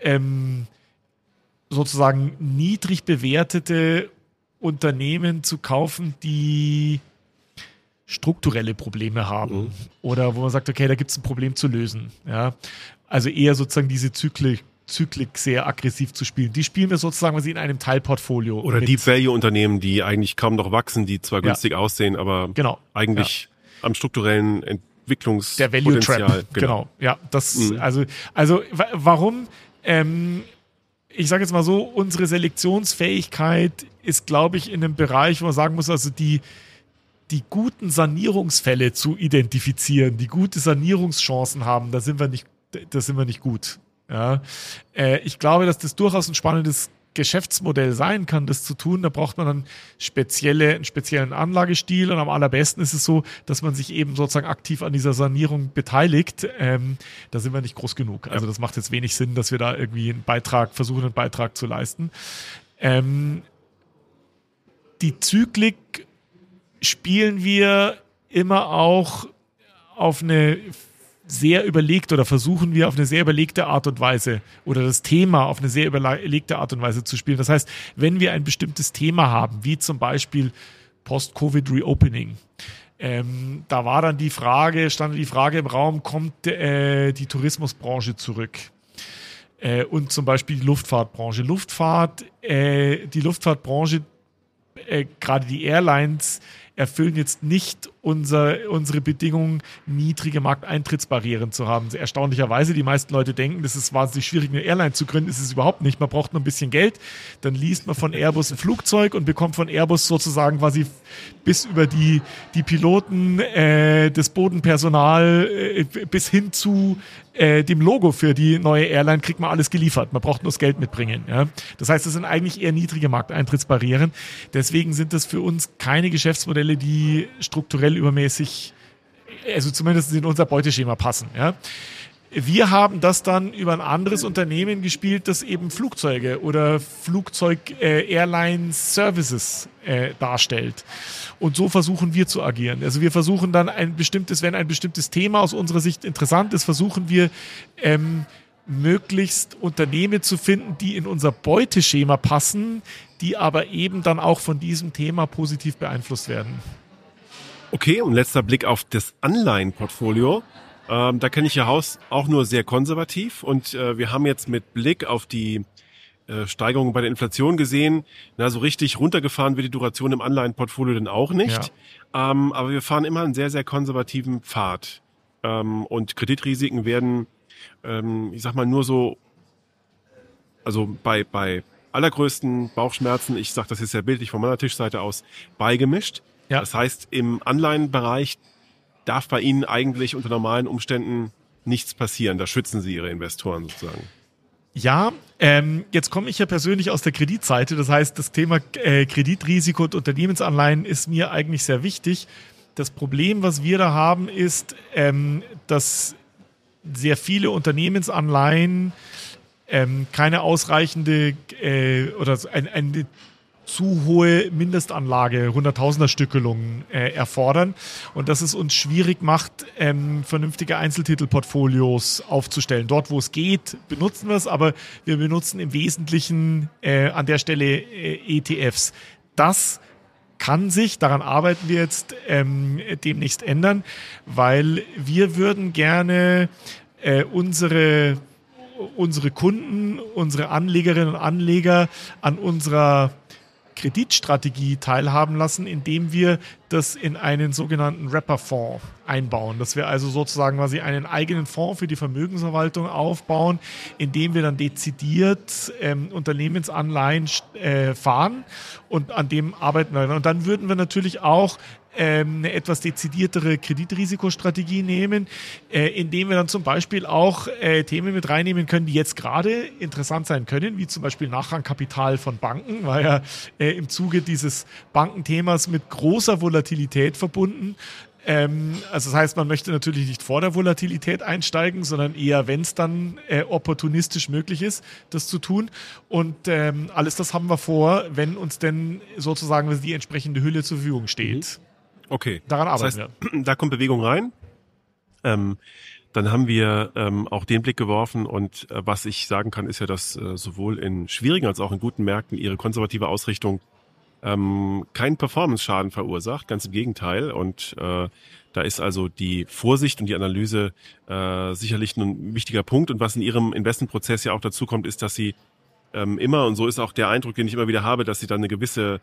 sozusagen niedrig bewertete Unternehmen zu kaufen, die strukturelle Probleme haben oder wo man sagt, okay, da gibt es ein Problem zu lösen. Ja? Also eher sozusagen diese Zyklik sehr aggressiv zu spielen. Die spielen wir sozusagen, weil sie in einem Teilportfolio. Oder Deep-Value-Unternehmen, die eigentlich kaum noch wachsen, die zwar günstig aussehen, aber eigentlich am strukturellen Entwicklungspotenzial. Der Value Trap. Genau. Ja, das, also warum? Ich sage jetzt mal so, unsere Selektionsfähigkeit ist, glaube ich, in einem Bereich, wo man sagen muss, also die guten Sanierungsfälle zu identifizieren, die gute Sanierungschancen haben, da sind wir nicht gut. Ja. Ich glaube, dass das durchaus ein spannendes Geschäftsmodell sein kann, das zu tun. Da braucht man dann einen speziellen Anlagestil und am allerbesten ist es so, dass man sich eben sozusagen aktiv an dieser Sanierung beteiligt. Da sind wir nicht groß genug. Also das macht jetzt wenig Sinn, dass wir da irgendwie einen Beitrag zu leisten. Die Zyklik spielen wir immer auch auf eine sehr überlegt oder versuchen wir auf eine sehr überlegte Art und Weise oder das Thema auf eine sehr überlegte Art und Weise zu spielen. Das heißt, wenn wir ein bestimmtes Thema haben, wie zum Beispiel Post-Covid Reopening, da war dann stand die Frage im Raum, kommt die Tourismusbranche zurück? Und zum Beispiel die Luftfahrtbranche. Die Luftfahrtbranche, gerade die Airlines, erfüllen jetzt nicht unsere Bedingungen, niedrige Markteintrittsbarrieren zu haben. Erstaunlicherweise, die meisten Leute denken, das ist wahnsinnig schwierig, eine Airline zu gründen. Das ist es überhaupt nicht. Man braucht nur ein bisschen Geld. Dann liest man von Airbus ein Flugzeug und bekommt von Airbus sozusagen quasi bis über die Piloten, das Bodenpersonal bis hin zu dem Logo für die neue Airline kriegt man alles geliefert. Man braucht nur das Geld mitbringen. Ja? Das heißt, das sind eigentlich eher niedrige Markteintrittsbarrieren. Deswegen sind das für uns keine Geschäftsmodelle, die strukturell übermäßig, also zumindest in unser Beuteschema passen. Ja? Wir haben das dann über ein anderes Unternehmen gespielt, das eben Flugzeuge oder Flugzeug-Airline-Services darstellt. Und so versuchen wir zu agieren. Also wir versuchen dann wenn ein bestimmtes Thema aus unserer Sicht interessant ist, versuchen wir möglichst Unternehmen zu finden, die in unser Beuteschema passen, die aber eben dann auch von diesem Thema positiv beeinflusst werden. Okay, und letzter Blick auf das Anleihenportfolio. Da kenne ich Ihr Haus auch nur sehr konservativ und wir haben jetzt mit Blick auf die Steigerung bei der Inflation gesehen, so richtig runtergefahren wird die Duration im Anleihenportfolio dann auch nicht. Ja. Aber wir fahren immer einen sehr, sehr konservativen Pfad. Und Kreditrisiken werden, ich sag mal, nur so, also bei allergrößten Bauchschmerzen, ich sage das jetzt sehr bildlich von meiner Tischseite aus, beigemischt. Ja. Das heißt, im Anleihenbereich darf bei Ihnen eigentlich unter normalen Umständen nichts passieren. Da schützen Sie Ihre Investoren sozusagen. Ja, jetzt komme ich ja persönlich aus der Kreditseite. Das heißt, das Thema Kreditrisiko und Unternehmensanleihen ist mir eigentlich sehr wichtig. Das Problem, was wir da haben, ist, dass sehr viele Unternehmensanleihen keine ausreichende oder eine zu hohe Mindestanlage, 100.000er-Stückelungen erfordern und dass es uns schwierig macht, vernünftige Einzeltitelportfolios aufzustellen. Dort, wo es geht, benutzen wir es, aber wir benutzen im Wesentlichen an der Stelle ETFs. Das kann sich, daran arbeiten wir jetzt demnächst ändern, weil wir würden gerne unsere Kunden, unsere Anlegerinnen und Anleger an unserer Kreditstrategie teilhaben lassen, indem wir das in einen sogenannten Wrapper-Fonds einbauen. Dass wir also sozusagen quasi einen eigenen Fonds für die Vermögensverwaltung aufbauen, indem wir dann dezidiert Unternehmensanleihen fahren und an dem arbeiten wir. Und dann würden wir natürlich auch eine etwas dezidiertere Kreditrisikostrategie nehmen, indem wir dann zum Beispiel auch Themen mit reinnehmen können, die jetzt gerade interessant sein können, wie zum Beispiel Nachrangkapital von Banken, war ja im Zuge dieses Bankenthemas mit großer Volatilität verbunden. Also das heißt, man möchte natürlich nicht vor der Volatilität einsteigen, sondern eher, wenn es dann opportunistisch möglich ist, das zu tun. Und alles das haben wir vor, wenn uns denn sozusagen die entsprechende Hülle zur Verfügung steht. Okay. Daran arbeiten wir. Da kommt Bewegung rein. Dann haben wir auch den Blick geworfen und was ich sagen kann, ist ja, dass sowohl in schwierigen als auch in guten Märkten ihre konservative Ausrichtung keinen Performance-Schaden verursacht, ganz im Gegenteil. Und da ist also die Vorsicht und die Analyse sicherlich ein wichtiger Punkt. Und was in ihrem Investmentprozess ja auch dazu kommt, ist, dass sie immer, und so ist auch der Eindruck, den ich immer wieder habe, dass sie dann eine gewisse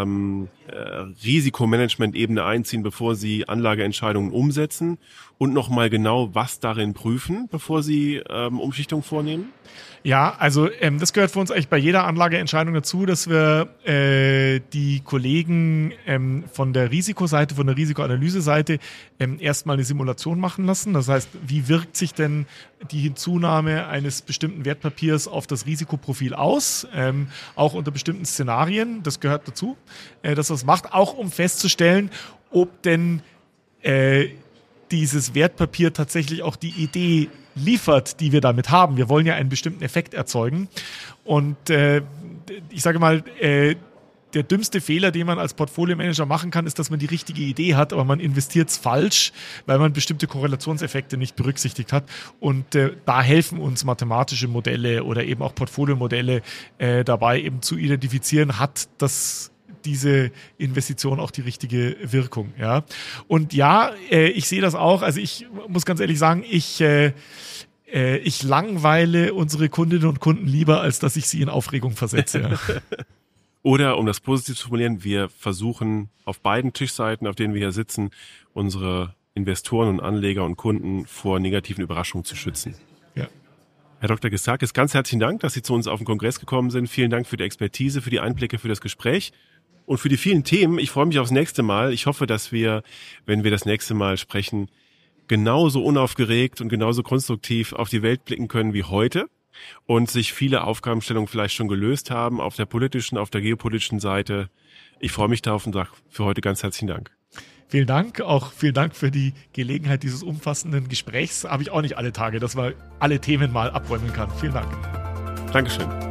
Risikomanagement-Ebene einziehen, bevor sie Anlageentscheidungen umsetzen und nochmal genau was darin prüfen, bevor sie Umschichtungen vornehmen? Ja, also das gehört für uns eigentlich bei jeder Anlageentscheidung dazu, dass wir die Kollegen von der Risikoseite, von der Risikoanalyse-Seite erstmal eine Simulation machen lassen. Das heißt, wie wirkt sich denn die Hinzunahme eines bestimmten Wertpapiers auf das Risikoprofil aus, auch unter bestimmten Szenarien. Das gehört dazu, dass das macht, auch um festzustellen, ob denn dieses Wertpapier tatsächlich auch die Idee liefert, die wir damit haben. Wir wollen ja einen bestimmten Effekt erzeugen. Und ich sage mal, der dümmste Fehler, den man als Portfolio-Manager machen kann, ist, dass man die richtige Idee hat, aber man investiert es falsch, weil man bestimmte Korrelationseffekte nicht berücksichtigt hat. Und da helfen uns mathematische Modelle oder eben auch Portfolio-Modelle dabei, eben zu identifizieren, hat diese Investition auch die richtige Wirkung. Ja? Und ja, ich sehe das auch. Also ich muss ganz ehrlich sagen, ich langweile unsere Kundinnen und Kunden lieber, als dass ich sie in Aufregung versetze. Ja. Oder, um das positiv zu formulieren, wir versuchen auf beiden Tischseiten, auf denen wir hier sitzen, unsere Investoren und Anleger und Kunden vor negativen Überraschungen zu schützen. Ja. Herr Dr. Gisakis, ganz herzlichen Dank, dass Sie zu uns auf den Kongress gekommen sind. Vielen Dank für die Expertise, für die Einblicke, für das Gespräch und für die vielen Themen. Ich freue mich aufs nächste Mal. Ich hoffe, dass wir, wenn wir das nächste Mal sprechen, genauso unaufgeregt und genauso konstruktiv auf die Welt blicken können wie heute und sich viele Aufgabenstellungen vielleicht schon gelöst haben auf der politischen, auf der geopolitischen Seite. Ich freue mich darauf und sage für heute ganz herzlichen Dank. Vielen Dank, auch vielen Dank für die Gelegenheit dieses umfassenden Gesprächs. Habe ich auch nicht alle Tage, dass man alle Themen mal abräumen kann. Vielen Dank. Dankeschön.